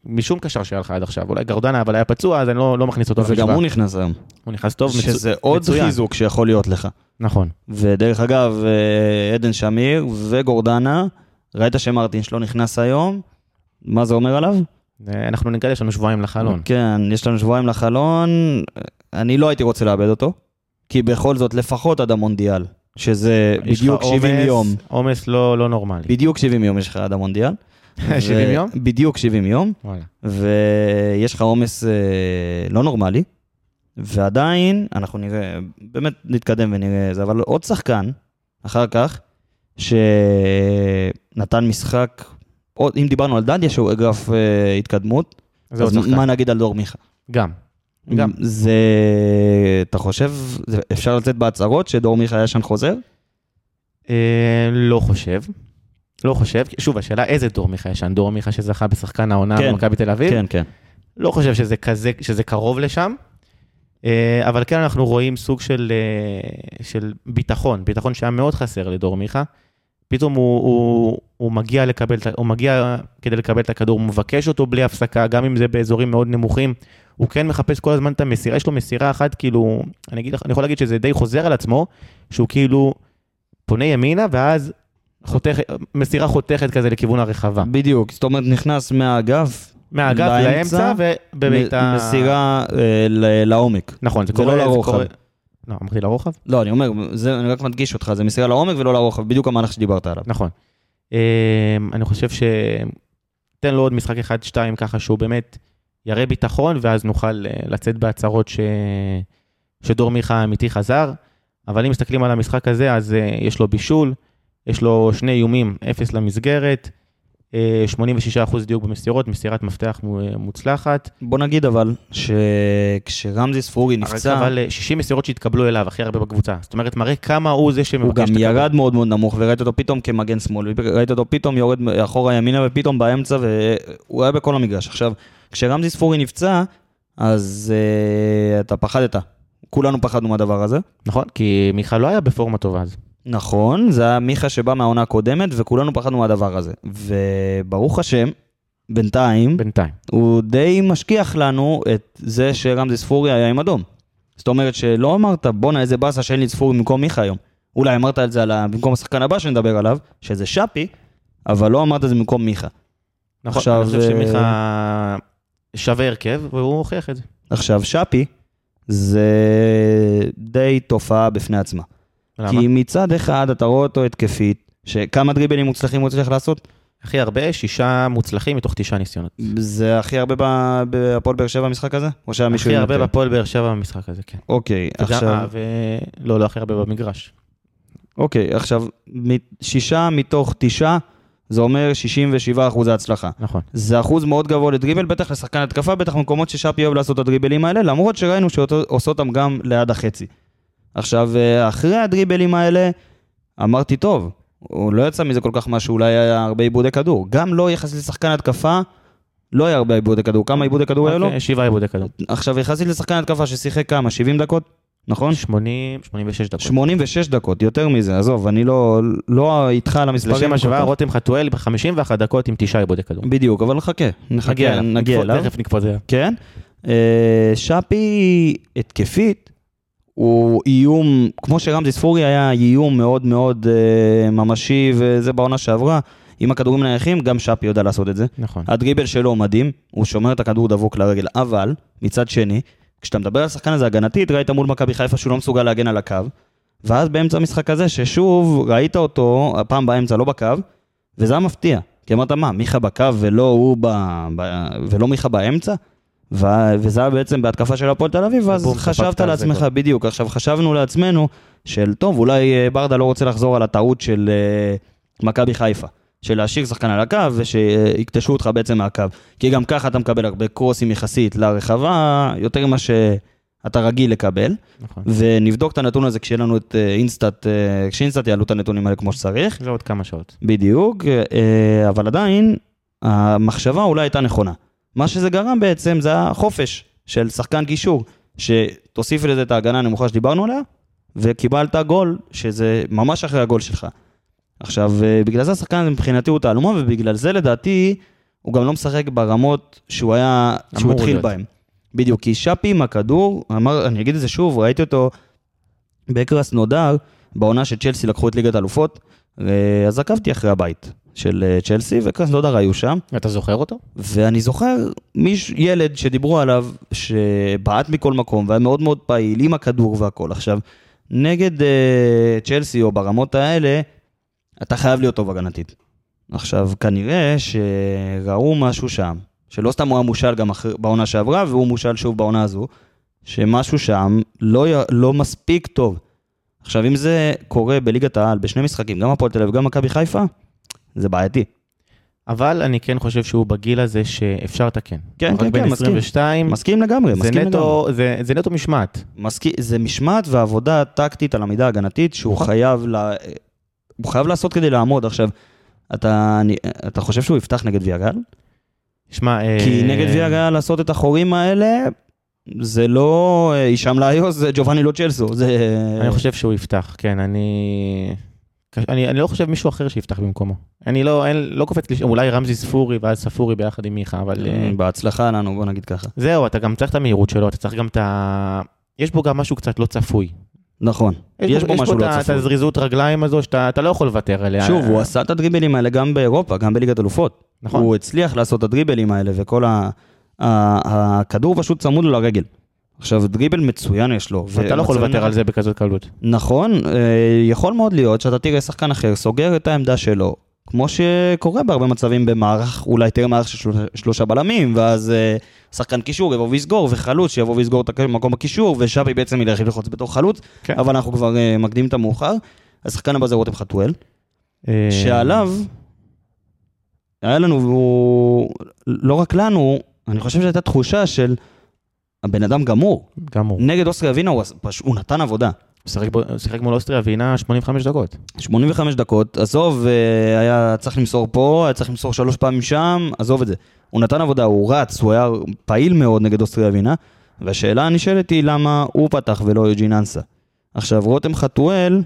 משום קשר שהיה לך עד עכשיו, אולי גורדנה, אבל היה פצוע, אז אני לא, לא מכניס אותו. וגם הוא נכנס היום. הוא נכנס טוב, מצו... שזה עוד מצוין. חיזוק שיכול להיות לך. נכון. ודרך אגב, עדן שמיר וגורדנה, ראית שמרטין שלו נכנס היום, מה זה אומר עליו? אנחנו נגלה, יש לנו שבועיים לחלון. כן, יש לנו שבועיים לחלון, אני לא הייתי רוצה לאבד אותו, כי בכל זאת לפחות עד המונדיאל, שזה בדיוק שבעים יום. עומס לא, לא נורמלי. בדיוק שבעים יום יש לך עד המונדיאל. שבעים יום? בדיוק שבעים יום. וואלה. ויש לך עומס אה, לא נורמלי, ועדיין אנחנו נראה, באמת נתקדם ונראה זה, אבל עוד שחקן, אחר כך, שנתן משחק, עוד, אם דיברנו על דדיה שהוא אגרף אה, התקדמות, אז מה נגיד על דור מיכה? גם. גם. זה, אתה חושב, זה, אפשר לצאת בהצהרות שדור מיכה היה שם חוזר? אה, לא חושב. לא חושב. שוב, השאלה איזה דור מיכה ישן? דור מיכה שזכה בשחקן העונה כן, במכבי בתל אביב? כן, כן. לא חושב שזה כזה, שזה קרוב לשם. אה, אבל כן אנחנו רואים סוג של, אה, של ביטחון, ביטחון שהיה מאוד חסר לדור מיכה. פתאום הוא, הוא, הוא מגיע לקבל, הוא מגיע כדי לקבל את הכדור, הוא מבקש אותו בלי הפסקה, גם אם זה באזורים מאוד נמוכים, הוא כן מחפש כל הזמן את המסירה, יש לו מסירה אחת, כאילו, אני אגיד, אני יכול להגיד שזה די חוזר על עצמו, שהוא כאילו פונה ימינה, ואז חותך, מסירה חותכת כזה לכיוון הרחבה. בדיוק, זאת אומרת, נכנס מהאגף, מהאגף לאמצע, ובבית ה... מסירה אה, לעומק. נכון, זה קורה... לא לרוחב. לא, אמרתי לרוחב? לא, אני אומר, זה, אני רק מדגיש אותך, זה מסירה לעומק ולא לרוחב, בדיוק המהלך שדיברת עליו. נכון. אני חושב ש... תן לו עוד משחק אחד, שתיים, ככה שהוא באמת יראה ביטחון, ואז נוכל לצאת בהצהרות ש... שדור מיכה האמיתי חזר, אבל אם מסתכלים על המשחק הזה, אז יש לו בישול, יש לו שני איומים, אפס למסגרת, שמונים ושישה אחוז דיוק במסירות, מסירת מפתח מוצלחת. בוא נגיד אבל, שכשרמזי ספורי נפצע... אבל שישים מסירות שהתקבלו אליו, הכי הרבה בקבוצה. זאת אומרת, מראה כמה הוא זה שמבקש... הוא גם ירד מאוד מאוד נמוך, וראית אותו פתאום כמגן שמאל, וראית אותו פתאום יורד אחורה ימינה, ופתאום באמצע, והוא היה בכל המגרש. עכשיו, כשרמזי ספורי נפצע, אז uh, אתה פחדת. כולנו פחדנו מהדבר הזה. נכון, כי מיכה לא היה בפורמה טובה אז. נכון, זה היה מיכה שבא מהעונה הקודמת, וכולנו פחדנו מהדבר הזה. וברוך השם, בינתיים, בינתיים. הוא די משכיח לנו את זה שרמזי ספורי היה עם אדום. זאת אומרת שלא אמרת, בונה איזה בסה שאין לי ספורי במקום מיכה היום. אולי אמרת את זה על, במקום השחקן הבא שנדבר עליו, שזה שפי, אבל לא אמרת את זה במקום מיכה. נכון, עכשיו, אני חושב שמיכה שווה הרכב, והוא הוכיח את זה. עכשיו, שפי זה די תופעה בפני עצמה. למה? כי מצד אחד אתה רואה אותו התקפית, שכמה דריבלים מוצלחים הוא צריך לעשות? הכי הרבה, שישה מוצלחים מתוך תשעה ניסיונות. זה הכי הרבה בהפועל באר שבע במשחק הזה? הכי הרבה בהפועל באר שבע במשחק הזה, כן. אוקיי, עכשיו... לא, לא הכי הרבה במגרש. אוקיי, עכשיו, שישה מתוך תשעה, זה אומר שישים ושבעה אחוז ההצלחה. נכון. זה אחוז מאוד גבוה לדריבל, בטח לשחקן התקפה, בטח במקומות ששפי אוהב לעשות את הדריבלים האלה, למרות שראינו שעושות אותם גם ליד החצי. עכשיו, אחרי הדריבלים האלה, אמרתי, טוב, הוא לא יצא מזה כל כך משהו, אולי היה הרבה עיבודי כדור. גם לא יחסית לשחקן התקפה, לא היה הרבה עיבודי כדור. כמה עיבודי כדור היה לו? שבעה עיבודי כדור. עכשיו, יחסית לשחקן התקפה ששיחק כמה? שבעים דקות? נכון? שמונים, שמונים ושש דקות. שמונים ושש דקות, יותר מזה, עזוב, אני לא, לא איתך על המספרים. לשם השוואה, רותם חתואל ב-חמישים ואחת דקות עם תשעה עיבודי כדור. בדיוק, אבל נחכה, נחכה, נגיע אליו. תכף נקפוץ זה. כן. שפי התקפית, הוא איום, כמו שרמזי ספורי היה איום מאוד מאוד ממשי, וזה בעונה שעברה, עם הכדורים נייחים, גם שפי יודע לעשות את זה. נכון. הדריבל שלו מדהים, הוא שומר את הכדור דבוק לרגל, אבל מצד שני, כשאתה מדבר על שחקן הזה הגנתית, ראית מול מכבי חיפה שהוא לא מסוגל להגן על הקו, ואז באמצע המשחק הזה, ששוב ראית אותו, הפעם באמצע לא בקו, וזה היה מפתיע. כי אמרת מה, מיכה בקו ולא הוא ב... ב... ולא מיכה באמצע, ו... וזה היה בעצם בהתקפה של הפועל תל אביב, ואז חשבת לעצמך, בדיוק, עכשיו חשבנו לעצמנו, של טוב, אולי ברדה לא רוצה לחזור על הטעות של מכבי חיפה. של להשאיר שחקן על הקו, ושיקטשו אותך בעצם מהקו. כי גם ככה אתה מקבל הרבה קרוסים יחסית לרחבה, יותר ממה שאתה רגיל לקבל. נכון. ונבדוק את הנתון הזה כשיהיה לנו את אינסטאט, כשאינסטאט יעלו את הנתונים האלה כמו שצריך. זה עוד כמה שעות. בדיוק, אבל עדיין, המחשבה אולי הייתה נכונה. מה שזה גרם בעצם זה החופש של שחקן גישור, שתוסיף לזה את ההגנה הנמוכה שדיברנו עליה, וקיבלת גול, שזה ממש אחרי הגול שלך. עכשיו, בגלל זה השחקן מבחינתי הוא תעלומה, ובגלל זה לדעתי הוא גם לא משחק ברמות שהוא היה, שהוא התחיל להיות. בהם. בדיוק, כי שפי עם הכדור, אמר, אני אגיד את זה שוב, ראיתי אותו בקרס נודר, בעונה שצ'לסי לקחו את ליגת אלופות, אז עקבתי אחרי הבית של צ'לסי, וקרס נודר היו שם. אתה זוכר אותו? ואני זוכר מיש, ילד שדיברו עליו, שבעט מכל מקום, והיה מאוד מאוד פעיל עם הכדור והכל. עכשיו, נגד uh, צ'לסי או ברמות האלה, אתה חייב להיות טוב הגנתית. עכשיו, כנראה שראו משהו שם, שלא סתם הוא המושל גם אחר, בעונה שעברה, והוא מושל שוב בעונה הזו, שמשהו שם לא, לא מספיק טוב. עכשיו, אם זה קורה בליגת העל, בשני משחקים, גם הפועל תל אביב, גם מכבי חיפה, זה בעייתי. אבל אני כן חושב שהוא בגיל הזה שאפשר לתקן. כן, כן, כן, עשרים ושתיים, מסכים לגמרי, זה מסכים נטו, לגמרי. זה, זה נטו משמעת. מסכים, זה משמעת ועבודה טקטית על המידה הגנתית, שהוא חייב, לה, הוא חייב לעשות כדי לעמוד. עכשיו, אתה, אני, אתה חושב שהוא יפתח נגד ויאגל? שמע, כי נגד ויאגל לעשות את החורים האלה, זה לא אישם לאיוס, זה ג'ובאני לא צ'לסו. זה... אני חושב שהוא יפתח, כן, אני... אני, אני לא חושב מישהו אחר שיפתח במקומו. אני לא, אין, לא קופץ לי, אולי רמזי ספורי ואז ספורי ביחד עם מיכה, אבל... בהצלחה לנו, בוא נגיד ככה. זהו, אתה גם צריך את המהירות שלו, אתה צריך גם את ה... יש בו גם משהו קצת לא צפוי. נכון, יש, יש בו, בו משהו לא צפוי. יש בו את הזריזות רגליים הזו, שאתה אתה לא יכול לוותר עליה. שוב, הוא עשה את הדריבלים האלה גם באירופה, גם בליגת אלופות. נכון. הוא הצליח לעשות את הדריבלים האלה, וכל ה... הכדור פשוט צמוד לו לרגל. עכשיו, דריבל מצוין יש לו. ואתה לא יכול לוותר על זה בכזאת קלות. נכון, יכול מאוד להיות שאתה תראה שחקן אחר, סוגר את העמדה שלו, כמו שקורה בהרבה מצבים במערך, אולי תראה מערך של שלושה בלמים, ואז שחקן קישור יבוא ויסגור, וחלוץ שיבוא ויסגור את מקום הקישור, ושבי בעצם ילך לחוץ בתור חלוץ, כן. אבל אנחנו כבר מקדים את המאוחר. השחקן הבא זה רותם חתואל, שעליו, היה לנו, והוא, לא רק לנו, אני חושב שהייתה תחושה של הבן אדם גמור. גמור. נגד אוסטריה ווינה הוא, הוא נתן עבודה. הוא שיחק מול אוסטריה ווינה שמונים וחמש דקות. שמונים וחמש דקות, עזוב, היה צריך למסור פה, היה צריך למסור שלוש פעמים שם, עזוב את זה. הוא נתן עבודה, הוא רץ, הוא היה פעיל מאוד נגד אוסטריה ווינה, והשאלה הנשאלת היא למה הוא פתח ולא יוג'ין אנסה. עכשיו, רותם חתואל,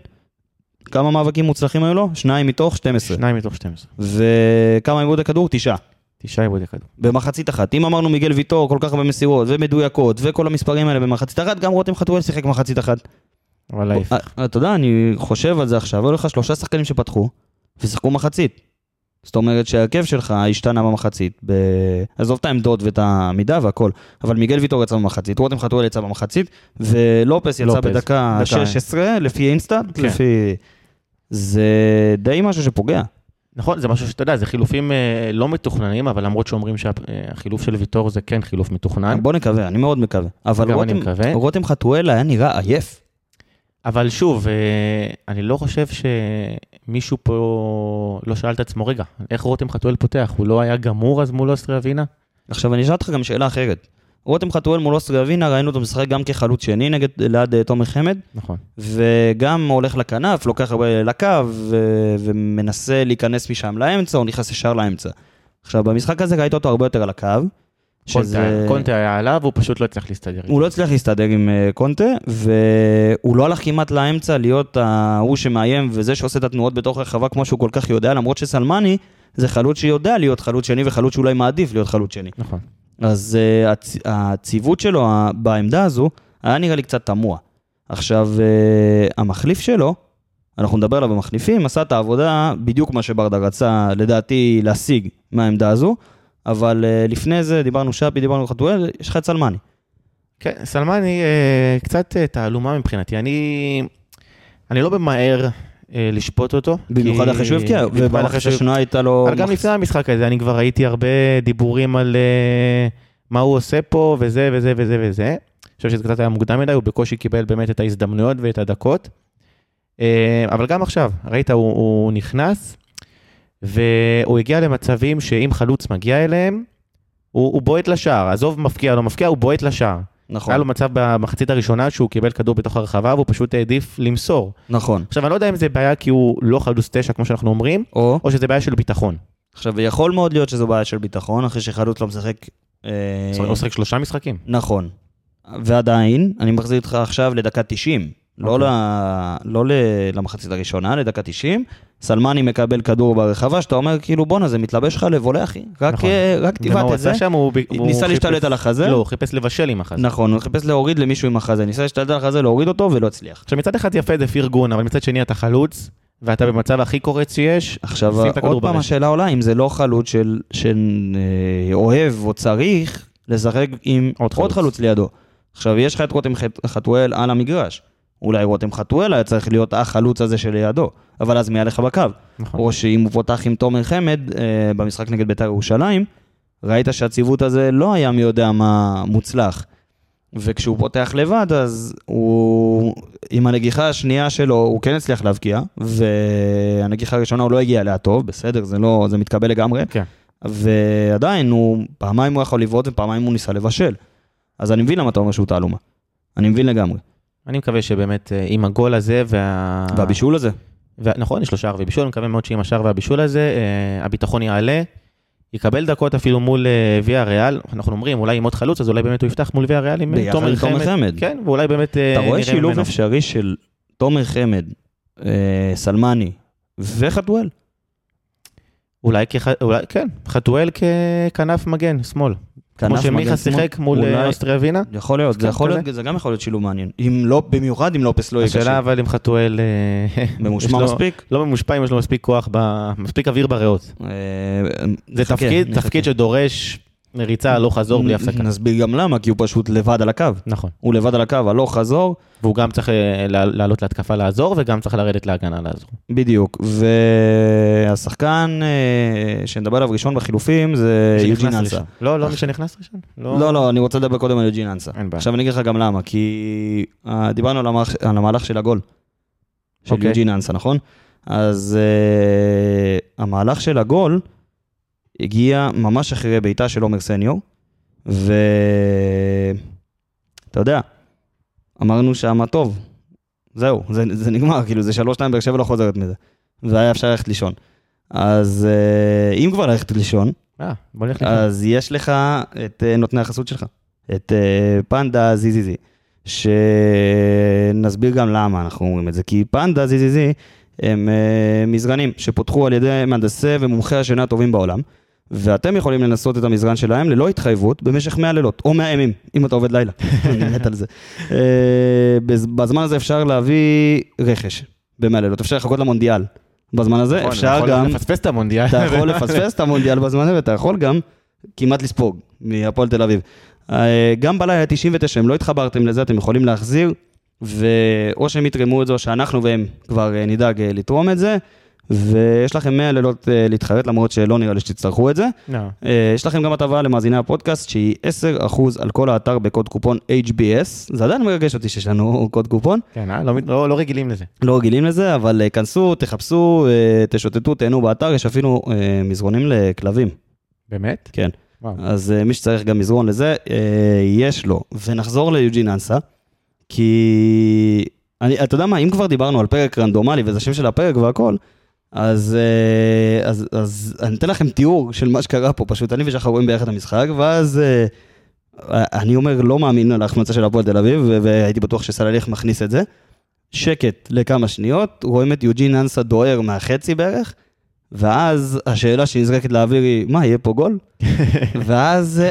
כמה מאבקים מוצלחים היו לו? שניים מתוך שתים עשרה. שניים מתוך שתים עשרה. וכמה עיבוד הכדור? תשעה. תשעה עיבוד הכדור. במחצית אחת. אם אמרנו מיגל ויטור, כל כך הרבה מסירות ומדויקות, וכל המספרים האלה במחצית אחת, גם רותם חתואל שיחק מחצית אחת. אבל להיפך. אתה יודע, אני חושב על זה עכשיו, היו לך שלושה שחקנים שפתחו, ושיחקו מחצית. זאת אומרת שהרכב שלך השתנה במחצית, עזוב את העמדות ואת העמידה והכל, אבל מיגל ויטור יצא במחצית, רותם חתואל יצא במחצית, ולופס יצא בדקה שש עשרה, לפי אינסטאט, לפי... זה די משהו שפוגע. נכון, זה משהו שאתה יודע, זה חילופים לא מתוכננים, אבל למרות שאומרים שהחילוף של ויטור זה כן חילוף מתוכנן. בוא נקווה, אני מאוד מקווה. אבל רותם חתואל היה נראה עייף. אבל שוב, אני לא חושב שמישהו פה לא שאל את עצמו, רגע, איך רותם חתואל פותח? הוא לא היה גמור אז מול אוסטריה ווינה? עכשיו, אני אשאל אותך גם שאלה אחרת. רותם חתואל מול אוסטריה ווינה, ראינו אותו משחק גם כחלוץ שני נגד ליד תומר חמד. נכון. וגם הולך לכנף, לוקח הרבה לקו, ו- ומנסה להיכנס משם לאמצע, או נכנס ישר לאמצע. עכשיו, במשחק הזה ראית אותו הרבה יותר על הקו. שזה... קונטה היה עליו, והוא פשוט לא הצליח להסתדר. הוא לא הצליח להסתדר עם קונטה, והוא לא הלך כמעט לאמצע להיות ההוא שמאיים, וזה שעושה את התנועות בתוך הרחבה כמו שהוא כל כך יודע, למרות שסלמני זה חלוץ שיודע להיות חלוץ שני, וחלוץ שאולי מעדיף להיות חלוץ שני. נכון. אז uh, הציוות שלו uh, בעמדה הזו היה נראה לי קצת תמוה. עכשיו, uh, המחליף שלו, אנחנו נדבר עליו במחליפים, עשה את העבודה בדיוק מה שברדה רצה לדעתי להשיג מהעמדה הזו, אבל uh, לפני זה דיברנו שפי, דיברנו חתואל, יש לך את סלמני. כן, סלמני uh, קצת uh, תעלומה מבחינתי. אני, אני לא במהר uh, לשפוט אותו. במיוחד אחרי שהוא הבקיע, ובמחש השנה הייתה לו... גם לפני המשחק הזה, אני כבר ראיתי הרבה דיבורים על uh, מה הוא עושה פה, וזה וזה וזה וזה. אני חושב שזה קצת היה מוקדם מדי, הוא בקושי קיבל באמת את ההזדמנויות ואת הדקות. Uh, אבל גם עכשיו, ראית, הוא, הוא נכנס, והוא הגיע למצבים שאם חלוץ מגיע אליהם, הוא, הוא בועט לשער, עזוב מפקיע, לא מפקיע, הוא בועט לשער. נכון. היה לו מצב במחצית הראשונה שהוא קיבל כדור בתוך הרחבה, והוא פשוט העדיף למסור. נכון. עכשיו, אני לא יודע אם זה בעיה כי הוא לא חלוץ תשע, כמו שאנחנו אומרים, או, או שזה בעיה של ביטחון. עכשיו, יכול מאוד להיות שזו בעיה של ביטחון, אחרי שחלוץ לא משחק... הוא משחק שלושה משחקים. נכון. ועדיין, אני מחזיר אותך עכשיו לדקה תשעים. לא, ל... לא למחצית הראשונה, לדקה תשעים, סלמני מקבל כדור ברחבה, שאתה אומר, כאילו, בונה, זה מתלבש לך לבולה, אחי. רק, נכון. רק תיבט את זה. שם הוא, הוא ניסה חיפש... להשתלט על החזה. לא, הוא חיפש לבשל עם החזה. נכון, הוא חיפש להוריד למישהו עם החזה. ניסה להשתלט על החזה, להוריד אותו ולא הצליח. עכשיו, מצד אחד יפה זה פרגון, אבל מצד שני אתה חלוץ, ואתה במצב הכי קורץ שיש. עכשיו, עוד פעם השאלה עולה, אם זה לא חלוץ של, של אה, אוהב או צריך לשחק עם עוד, עוד חלוץ. חלוץ לידו. עכשיו, יש לך את רותם חתואל על המגרש. אולי רותם חתואל היה צריך להיות החלוץ הזה שלידו, אבל אז מי עליך בקו. נכון. או שאם הוא פותח עם תומר חמד אה, במשחק נגד בית"ר ירושלים, ראית שהציוות הזה לא היה מי יודע מה מוצלח. וכשהוא פותח לבד, אז הוא, עם הנגיחה השנייה שלו, הוא כן הצליח להבקיע, והנגיחה הראשונה הוא לא הגיע אליה טוב, בסדר, זה לא, זה מתקבל לגמרי. כן. ועדיין, הוא, פעמיים הוא יכול לבעוט ופעמיים הוא ניסה לבשל. אז אני מבין למה אתה אומר שהוא תעלומה. אני מבין לגמרי. אני מקווה שבאמת עם הגול הזה וה... והבישול הזה. ו... נכון, יש לו שער ובישול, אני מקווה מאוד שעם השער והבישול הזה, הביטחון יעלה, יקבל דקות אפילו מול ויה ריאל, אנחנו אומרים, אולי עם עוד חלוץ, אז אולי באמת הוא יפתח מול ויה ריאל עם תומר חמד. חמד. כן, ואולי באמת... אתה רואה שילוב אפשרי של תומר חמד, סלמני וחתואל? אולי, כח... אולי כן, חתואל ככנף מגן, שמאל. כמו שמיכה שיחק מול אוסטריה ווינה? יכול להיות, זה יכול להיות, זה גם יכול להיות שילוב מעניין. אם לא, במיוחד אם לופס לא יהיה קשה. השאלה אבל אם חתואל... ממושמע מספיק? לא ממושפע, אם יש לו מספיק כוח, מספיק אוויר בריאות. זה תפקיד שדורש מריצה הלוך חזור בלי הפסקה. נסביר גם למה, כי הוא פשוט לבד על הקו. נכון. הוא לבד על הקו, הלוך חזור. והוא גם צריך לעלות להתקפה לעזור, וגם צריך לרדת להגנה לעזור. בדיוק. והשחקן שנדבר עליו ראשון בחילופים, זה יוג'ין אנסה. לא, לא מי שנכנס ראשון? לא, לא, אני רוצה לדבר קודם על יוג'ין אנסה. עכשיו אני אגיד לך גם למה, כי דיברנו על המהלך של הגול, של יוג'ין אנסה, נכון? אז המהלך של הגול הגיע ממש אחרי ביתה של עומר סניור, ואתה יודע, אמרנו שמה טוב, זהו, זה, זה נגמר, כאילו זה שלוש, שתיים, באר שבע לא חוזרת מזה, והיה אפשר ללכת לישון. אז אם כבר ללכת לישון, אה, בוא נלך לישון. אז יש לך את נותני החסות שלך, את פנדה זיזיזי, שנסביר גם למה אנחנו אומרים את זה, כי פנדה זיזיזי הם מזרנים שפותחו על ידי מהנדסי ומומחי השינה הטובים בעולם, ואתם יכולים לנסות את המזרן שלהם ללא התחייבות במשך מאה לילות, או מאה ימים, אם אתה עובד לילה. אני מת על זה. בזמן הזה אפשר להביא רכש במאה לילות, אפשר לחכות למונדיאל. בזמן הזה אפשר גם... אתה יכול לפספס את המונדיאל. אתה יכול לפספס את המונדיאל בזמן הזה, ואתה יכול גם כמעט לספוג מהפועל תל אביב. גם בלילה תשעים ותשע, אם לא התחברתם לזה, אתם יכולים להחזיר, ואו שהם יתרמו את זה, או שאנחנו והם כבר נדאג לתרום את זה, ויש לכם מאה לילות להתחרט, למרות שלא נראה לי שתצטרכו את זה. No. יש לכם גם הטבה למאזיני הפודקאסט, שהיא עשרה אחוז על כל האתר בקוד קופון אייץ' בי אס. זה עדיין מרגש אותי שיש לנו קוד קופון. כן, אה? לא, לא, לא רגילים לזה. לא רגילים לזה, אבל כנסו, תחפשו, תשוטטו, תהנו באתר, יש אפילו מזרונים לכלבים. באמת? כן. Wow. אז מי שצריך גם מזרון לזה, יש לו. ונחזור ליוג'ין אנסה, כי... אני, אתה יודע מה, אם כבר דיברנו על פרק רנדומלי, וזה שם של הפרק והכל, אז, אז, אז אני אתן לכם תיאור של מה שקרה פה, פשוט אני ושחר רואים ביחד המשחק, ואז אני אומר, לא מאמין על ההחמצה של הפועל תל אביב, והייתי בטוח שסלליך מכניס את זה, שקט לכמה שניות, רואים את יוג'ין אנסה דוהר מהחצי בערך, ואז השאלה שנזרקת לאוויר היא, מה, יהיה פה גול? ואז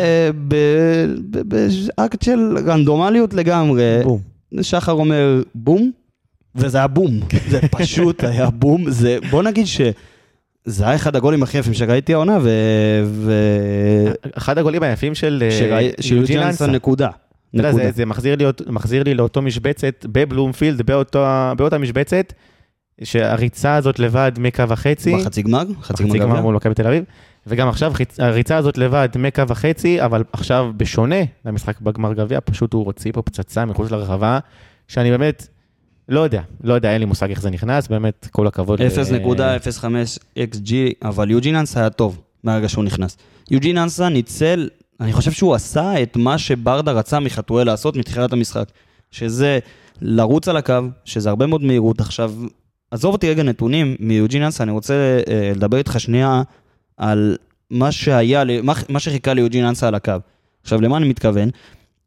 באקט של רנדומליות לגמרי, בום. שחר אומר בום, וזה היה בום, זה פשוט היה בום, זה, בוא נגיד שזה היה אחד הגולים הכי יפים שראיתי העונה, ו... ו... אחד הגולים היפים של יוג'ין אנסה, נקודה. נקודה. זה, זה מחזיר לי, מחזיר לי לאותו משבצת בבלומפילד, באותו, באותה משבצת, שהריצה הזאת לבד מקו וחצי. בחצי גמר? חצי גמר מול מכבי תל אביב. וגם עכשיו הריצה הזאת לבד מקו וחצי, אבל עכשיו בשונה למשחק בגמר גביע, פשוט הוא הוציא פה פצצה מחוץ לרחבה, שאני באמת לא יודע, לא יודע, אין לי מושג איך זה נכנס, באמת כל הכבוד. אפס נקודה אפס חמש אקס ג'י, אבל יוג'ין אנסה היה טוב מהרגע שהוא נכנס. יוג'ין אנסה ניצל, אני חושב שהוא עשה את מה שברדה רצה מחתואל לעשות מתחילת המשחק, שזה לרוץ על הקו, שזה הרבה מאוד מהירות. עכשיו, עזוב אותי רגע נתונים מיוג'ין אנסה, אני רוצה לדבר איתך שנייה על מה שהיה, מה, מה שחיכה ליוג'ין אנסה על הקו. עכשיו, למה אני מתכוון?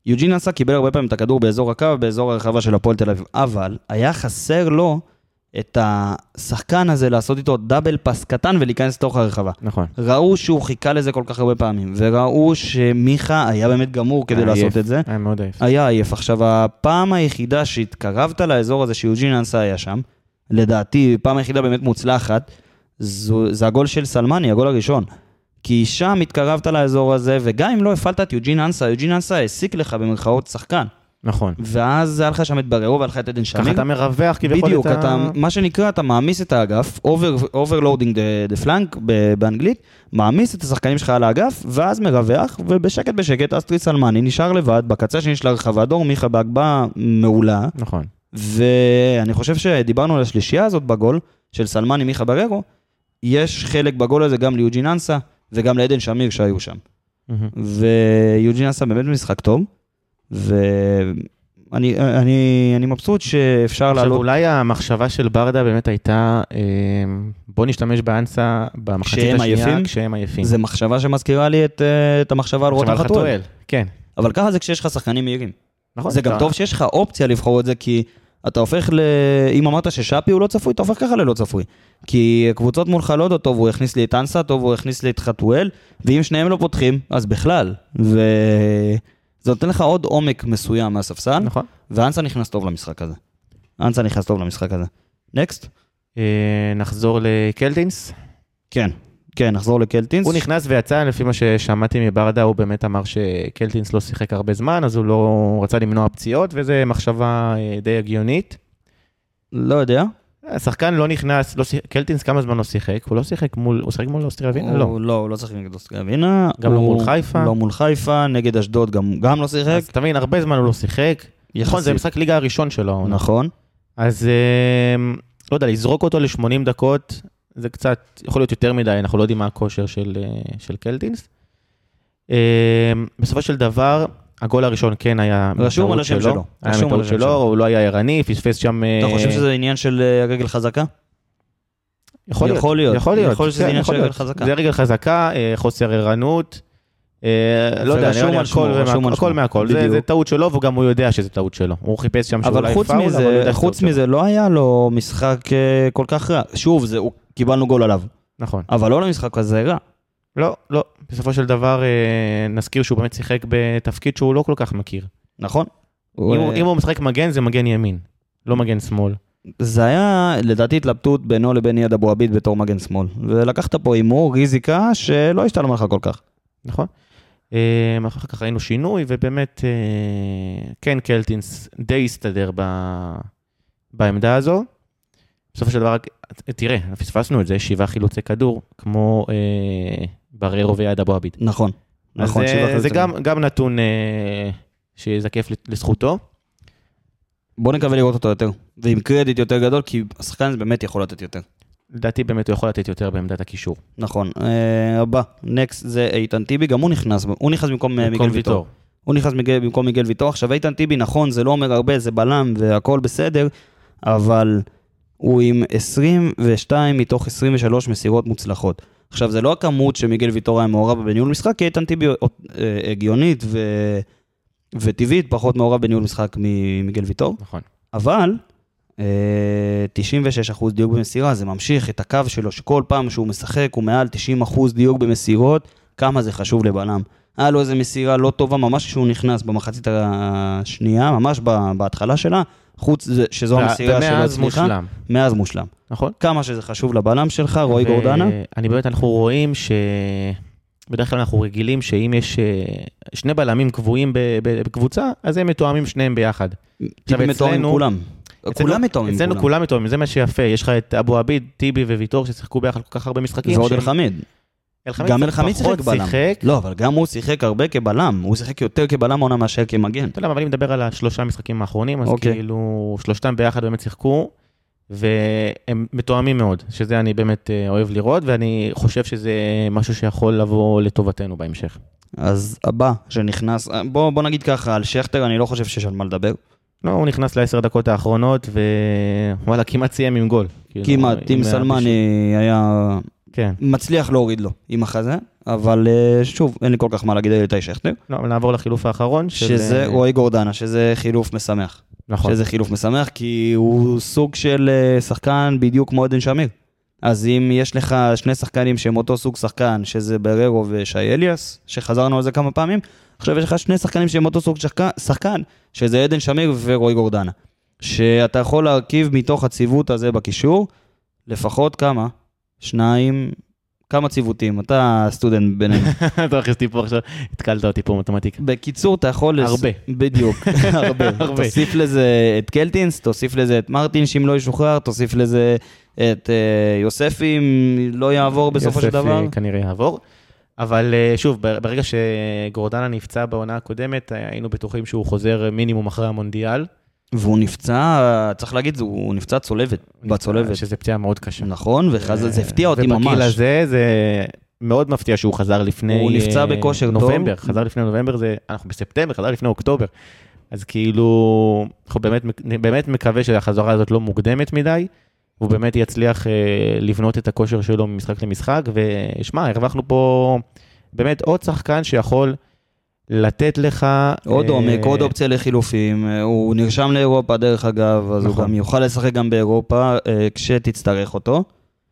יוג'ין אנסה קיבל הרבה פעמים את הכדור באזור הקו, באזור הרחבה של הפועל תל אביב, אבל היה חסר לו את השחקן הזה לעשות איתו דאבל פס קטן ולהיכנס לתוך הרחבה. נכון. ראו שהוא חיכה לזה כל כך הרבה פעמים, וראו שמיכה היה באמת גמור כדי לעשות את זה. היה מאוד עייף. היה עייף. עכשיו, הפעם היחידה שהתקרבת לאזור הזה שיוג'ין אנסה היה שם, לדעתי, פעם היחידה באמת מוצלחת, זו, זה הגול של סלמני, הגול הראשון. כי שם התקרבת לאזור הזה, וגם אם לא הפעלת את יוג'ין אנסה, יוג'ין אנסה העסיק לך במרכאות שחקן. נכון. ואז זה הלכה שם את בררו, והלכה את עדן שמיר. ככה אתה מרווח כביכול את ה... בדיוק, אתה, מה שנקרא, אתה מעמיס את האגף, over, overloading the, the flank באנגלית, מעמיס את השחקנים שלך על האגף, ואז מרווח, ובשקט בשקט, אסטרי סלמני נשאר לבד, בקצה שנשאר לרחבה, דור מיכה בהגבה מעולה. נכון. ואני חושב שדיברנו על השלישייה הזאת בגול, של סלמני מיכה בררו, יש חלק בגול הזה גם ליוג'ין אנסה, וגם לעדן שמיר שהיו שם. ויוג'ין אנסה באמת משחק טוב, ואני אני, אני מבסוט שאפשר לעלות... עכשיו, אולי המחשבה של ברדה באמת הייתה, בוא נשתמש באנסה במחצית השנייה, כשהם עייפים. זה מחשבה שמזכירה לי את, את המחשבה על רותם חתואל. כן. אבל ככה זה כשיש לך שחקנים מהירים. נכון. זה גם טוב שיש לך אופציה לבחור את זה, כי אתה הופך ל... אם אמרת ששאפי הוא לא צפוי, אתה הופך ככה ללא צפוי. כי קבוצות מולך לא יודעות, טוב, הוא הכניס לי את אנסה, טוב, הוא הכניס לי את חתואל, ואם שניהם לא פותחים, אז בכלל. וזה נותן לך עוד עומק מסוים מהספסל, נכון. ואנסה נכנס טוב למשחק הזה. אנסה נכנס טוב למשחק הזה. נקסט? נחזור לקלטינס? כן. כן, נחזור לקלטינס. הוא נכנס ויצא, לפי מה ששמעתי מברדה, הוא באמת אמר שקלטינס לא שיחק הרבה זמן, אז הוא לא רצה למנוע פציעות, וזו מחשבה די הגיונית. לא יודע. השחקן לא נכנס, לא, קלטינס כמה זמן לא שיחק? הוא לא שיחק מול, הוא שיחק מול אוסטריה ווינה? לא. לא, הוא לא שיחק נגד אוסטריה ווינה. גם לא מול חיפה? לא מול חיפה, נגד אשדוד גם, גם לא שיחק. אז תבין, הרבה זמן הוא לא שיחק. נכון, זה משחק ליגה הראשון שלו. נכון. אז לא יודע, לזרוק אותו ל-שמונים דקות, זה קצת, יכול להיות יותר מדי, אנחנו לא יודעים מה הכושר של, של קלטינס. בסופו של דבר, הגול הראשון כן היה רשום על השם שלו. היה מטעות שלו, הוא לא היה ערני, פספס שם... אתה חושב שזה עניין של רגל חזקה? יכול להיות. יכול להיות. יכול להיות. יכול להיות שזה עניין של רגל חזקה. זה רגל חזקה, חוסר ערנות, לא יודע, הכל מהכל. זה טעות שלו, וגם הוא יודע שזה טעות שלו. הוא חיפש שם שאולי פאול, אבל הוא יודע חוץ מזה, לא היה לו משחק כל כך רע. שוב, קיבלנו גול עליו. נכון. אבל לא למשחק כזה רע. לא, לא. בסופו של דבר נזכיר שהוא באמת שיחק בתפקיד שהוא לא כל כך מכיר. נכון. אם הוא משחק מגן, זה מגן ימין, לא מגן שמאל. זה היה, לדעתי, התלבטות בינו לבין יד אבו עביד בתור מגן שמאל. ולקחת פה אימור, ריזיקה, שלא השתלם לך כל כך. נכון. אחר כך ראינו שינוי, ובאמת, כן, קלטינס די הסתדר בעמדה הזו. בסופו של דבר, תראה, פספסנו את זה, שבעה חילוצי כדור, כמו בררו ויד אבו עביד. נכון. נכון, זה גם נתון שיזקף לזכותו. בוא נקווה לראות אותו יותר, ועם קרדיט יותר גדול, כי השחקן הזה באמת יכול לתת יותר. לדעתי באמת הוא יכול לתת יותר בעמדת הקישור. נכון. הבא, נקסט זה איתן טיבי, גם הוא נכנס, הוא נכנס במקום מיגל ויטור. הוא נכנס במקום מיגל ויטור. עכשיו איתן טיבי, נכון, זה לא אומר הרבה, זה בלם והכל בסדר, אבל הוא עם עשרים ושתיים מתוך עשרים ושלוש מסירות מוצלחות. עכשיו זה לא הכמות שמיגל ויטור היה מעורב בניהול משחק, כי איתן טיבי הגיונית ו... וטבעית פחות מעורב בניהול משחק ממיגל ויטור. נכון. אבל תשעים ושש אחוז דיוק במסירה, זה ממשיך את הקו שלו, שכל פעם שהוא משחק הוא מעל תשעים אחוז דיוק במסירות, כמה זה חשוב לבלם. היה לו איזו מסירה לא טובה, ממש כשהוא נכנס במחצית השנייה, ממש בהתחלה שלה, חוץ שזו המסירה שלו ומאז מושלם. מאז מושלם. נכון. כמה שזה חשוב לבלם שלך, רועי גורדנה. אני באמת, אנחנו רואים ש... בדרך כלל אנחנו רגילים שאם יש שני בלמים קבועים בקבוצה, אז הם מתואמים שניהם ביחד. טיבי מתואמים כולם. כולם מתואמים. אצלנו כולם מתואמים, זה מה שיפה. יש לך את אבו עביד, טיבי וויטור ששיחקו ביחד כל כך הרבה משחקים. ועוד אלחמיד. גם אלחמיד שיחק בלם. לא, אבל גם הוא שיחק הרבה כבלם. הוא שיחק יותר כבלם עונה מאשר כמגן. אתה יודע, אבל אני מדבר על השלושה המשחקים האחרונים, אז כאילו שלושתם ביחד באמת שיחקו, והם מתואמים מאוד, שזה אני באמת אוהב לראות, ואני חושב שזה משהו שיכול לבוא לטובתנו בהמשך. אז הבא שנכנס, בוא, בוא נגיד ככה, על שכטר אני לא חושב שיש על מה לדבר. לא, הוא נכנס לעשר דקות האחרונות, ווואלה, כמעט סיים עם גול. כמעט, טים סלמני היה כן. מצליח להוריד לו עם החזה. אבל אה, שוב, אין לי כל כך מה להגיד על איתי שכטר. לא, אבל נעבור לחילוף האחרון. של- שזה רועי גורדנה, שזה חילוף משמח. נכון. שזה חילוף משמח, כי הוא סוג של אה, שחקן בדיוק כמו עדן שמיר. אז אם יש לך שני שחקנים שהם אותו סוג שחקן, שזה בררו ושי אליאס, שחזרנו על זה כמה פעמים, עכשיו יש לך שני שחקנים שהם אותו סוג שחקן, שחקן שזה עדן שמיר ורועי גורדנה. שאתה יכול להרכיב מתוך הציוות הזה בקישור, לפחות כמה? שניים, כמה ציוותים. אתה סטודנט בינינו. אתה מכניס אותי פה עכשיו, התקלת אותי פה מתמטיקה. בקיצור, אתה יכול... לס- הרבה. בדיוק, הרבה. הרבה. תוסיף לזה את קלטינס, תוסיף לזה את מרטין, שאם לא ישוחרר, תוסיף לזה את אה, יוספי, אם לא יעבור בסופו של דבר. יוסף כנראה יעבור. אבל אה, שוב, בר- ברגע שגורדנה נפצע בעונה הקודמת, אה, היינו בטוחים שהוא חוזר מינימום אחרי המונדיאל. והוא נפצע, צריך להגיד, הוא נפצע צולבת, בצולבת. שזה פציעה מאוד קשה. נכון, וזה הפתיע אותי ממש. ובגיל הזה זה מאוד מפתיע שהוא חזר לפני... הוא נפצע בכושר טוב. נובמבר, חזר לפני נובמבר, זה, אנחנו בספטמבר, חזר לפני אוקטובר. אז כאילו, אנחנו באמת, באמת מקווה שהחזרה הזאת לא מוקדמת מדי, והוא באמת יצליח אה, לבנות את הכושר שלו ממשחק למשחק, ושמע, הרווחנו פה באמת עוד שחקן שיכול לתת לך... עוד אה, עומק, עוד אופציה לחילופים, הוא נרשם לאירופה דרך אגב, אז הוא נכון. גם יוכל לשחק גם באירופה אה, כשתצטרך אותו,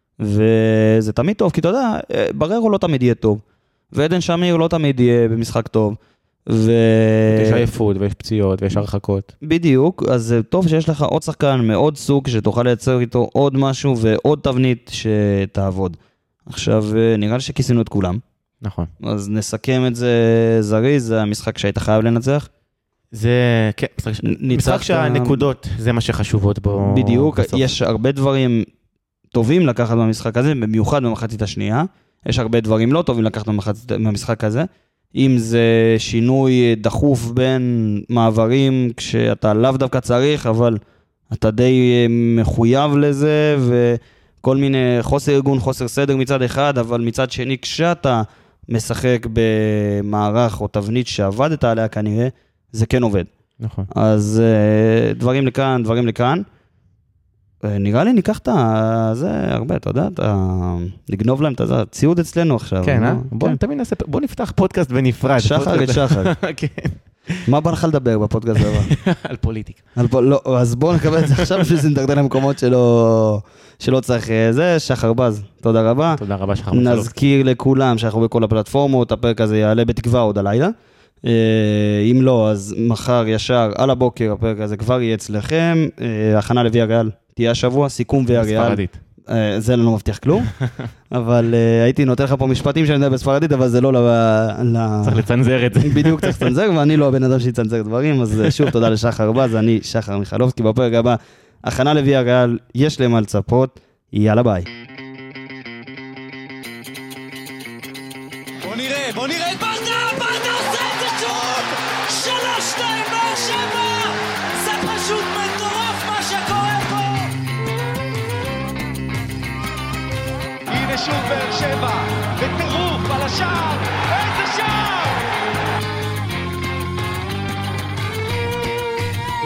וזה תמיד טוב, כי אתה יודע, אה, בררו לא תמיד יהיה טוב, ועדן שמיר לא תמיד יהיה במשחק טוב, ו... יש עייפות ויש פציעות ויש הרחקות. בדיוק, אז זה טוב שיש לך עוד שחקן מאוד סוג, שתוכל לייצר איתו עוד משהו ועוד תבנית שתעבוד. עכשיו, אה, נראה לי שכיסינו את כולם. נכון. אז נסכם את זה זריז, זה המשחק שהיית חייב לנצח. זה, כן, משחק, ניצחת- משחק שהנקודות, זה מה שחשובות בו. בדיוק, בסוף. יש הרבה דברים טובים לקחת במשחק הזה, במיוחד במחצית השנייה. יש הרבה דברים לא טובים לקחת במחצית, במשחק הזה. אם זה שינוי דחוף בין מעברים, כשאתה לאו דווקא צריך, אבל אתה די מחויב לזה, וכל מיני חוסר ארגון, חוסר סדר מצד אחד, אבל מצד שני, כשאתה משחק במערך או תבנית שעבדת עליה כנראה, זה כן עובד. נכון. אז uh, דברים לכאן, דברים לכאן. Uh, נראה לי ניקח את זה הרבה, אתה יודע, אתה... נגנוב להם את זה, ציוד אצלנו עכשיו. כן, לא? אה? בוא, כן. תמיד נעשה, בוא נפתח פודקאסט בנפרד. שחר את שחר. כן, מה בא לך לדבר בפודקאסט הבא? על פוליטיקה. על פה- לא, אז בואו נקבל את זה עכשיו, בשביל שזה נדרדר למקומות שלא, שלא צריך. אה, זה שחר בז, תודה רבה. תודה רבה שחר מחלוף. נזכיר לכולם שאנחנו בכל הפלטפורמות, הפרק הזה יעלה בתקווה עוד הלילה. אה, אם לא, אז מחר ישר על הבוקר הפרק הזה כבר יהיה אצלכם. אה, הכנה לוי הריאל תהיה השבוע, סיכום ויה ריאל. ספרדית. אה, זה לא מבטיח כלום, אבל אה, הייתי נותן לך פה משפטים שאני יודע בספרדית, אבל זה לא ל... ל- צריך לצנזר את זה. בדיוק צריך לצנזר, ואני לא הבן אדם שיצנזר דברים, אז שוב תודה לשחר בז, אני שחר מיכלובסקי, בפרק הבא, הכנה לוי הריאל, יש להם מה לצפות, יאללה ביי. בוא נראה, בוא נראה את ברדה, ברדה עושה את זה שוב! שלוש שתיים באר שבע! זה פשוט מטורף מה שקורה פה! הנה שוב באר שבע, בטירוף על השער,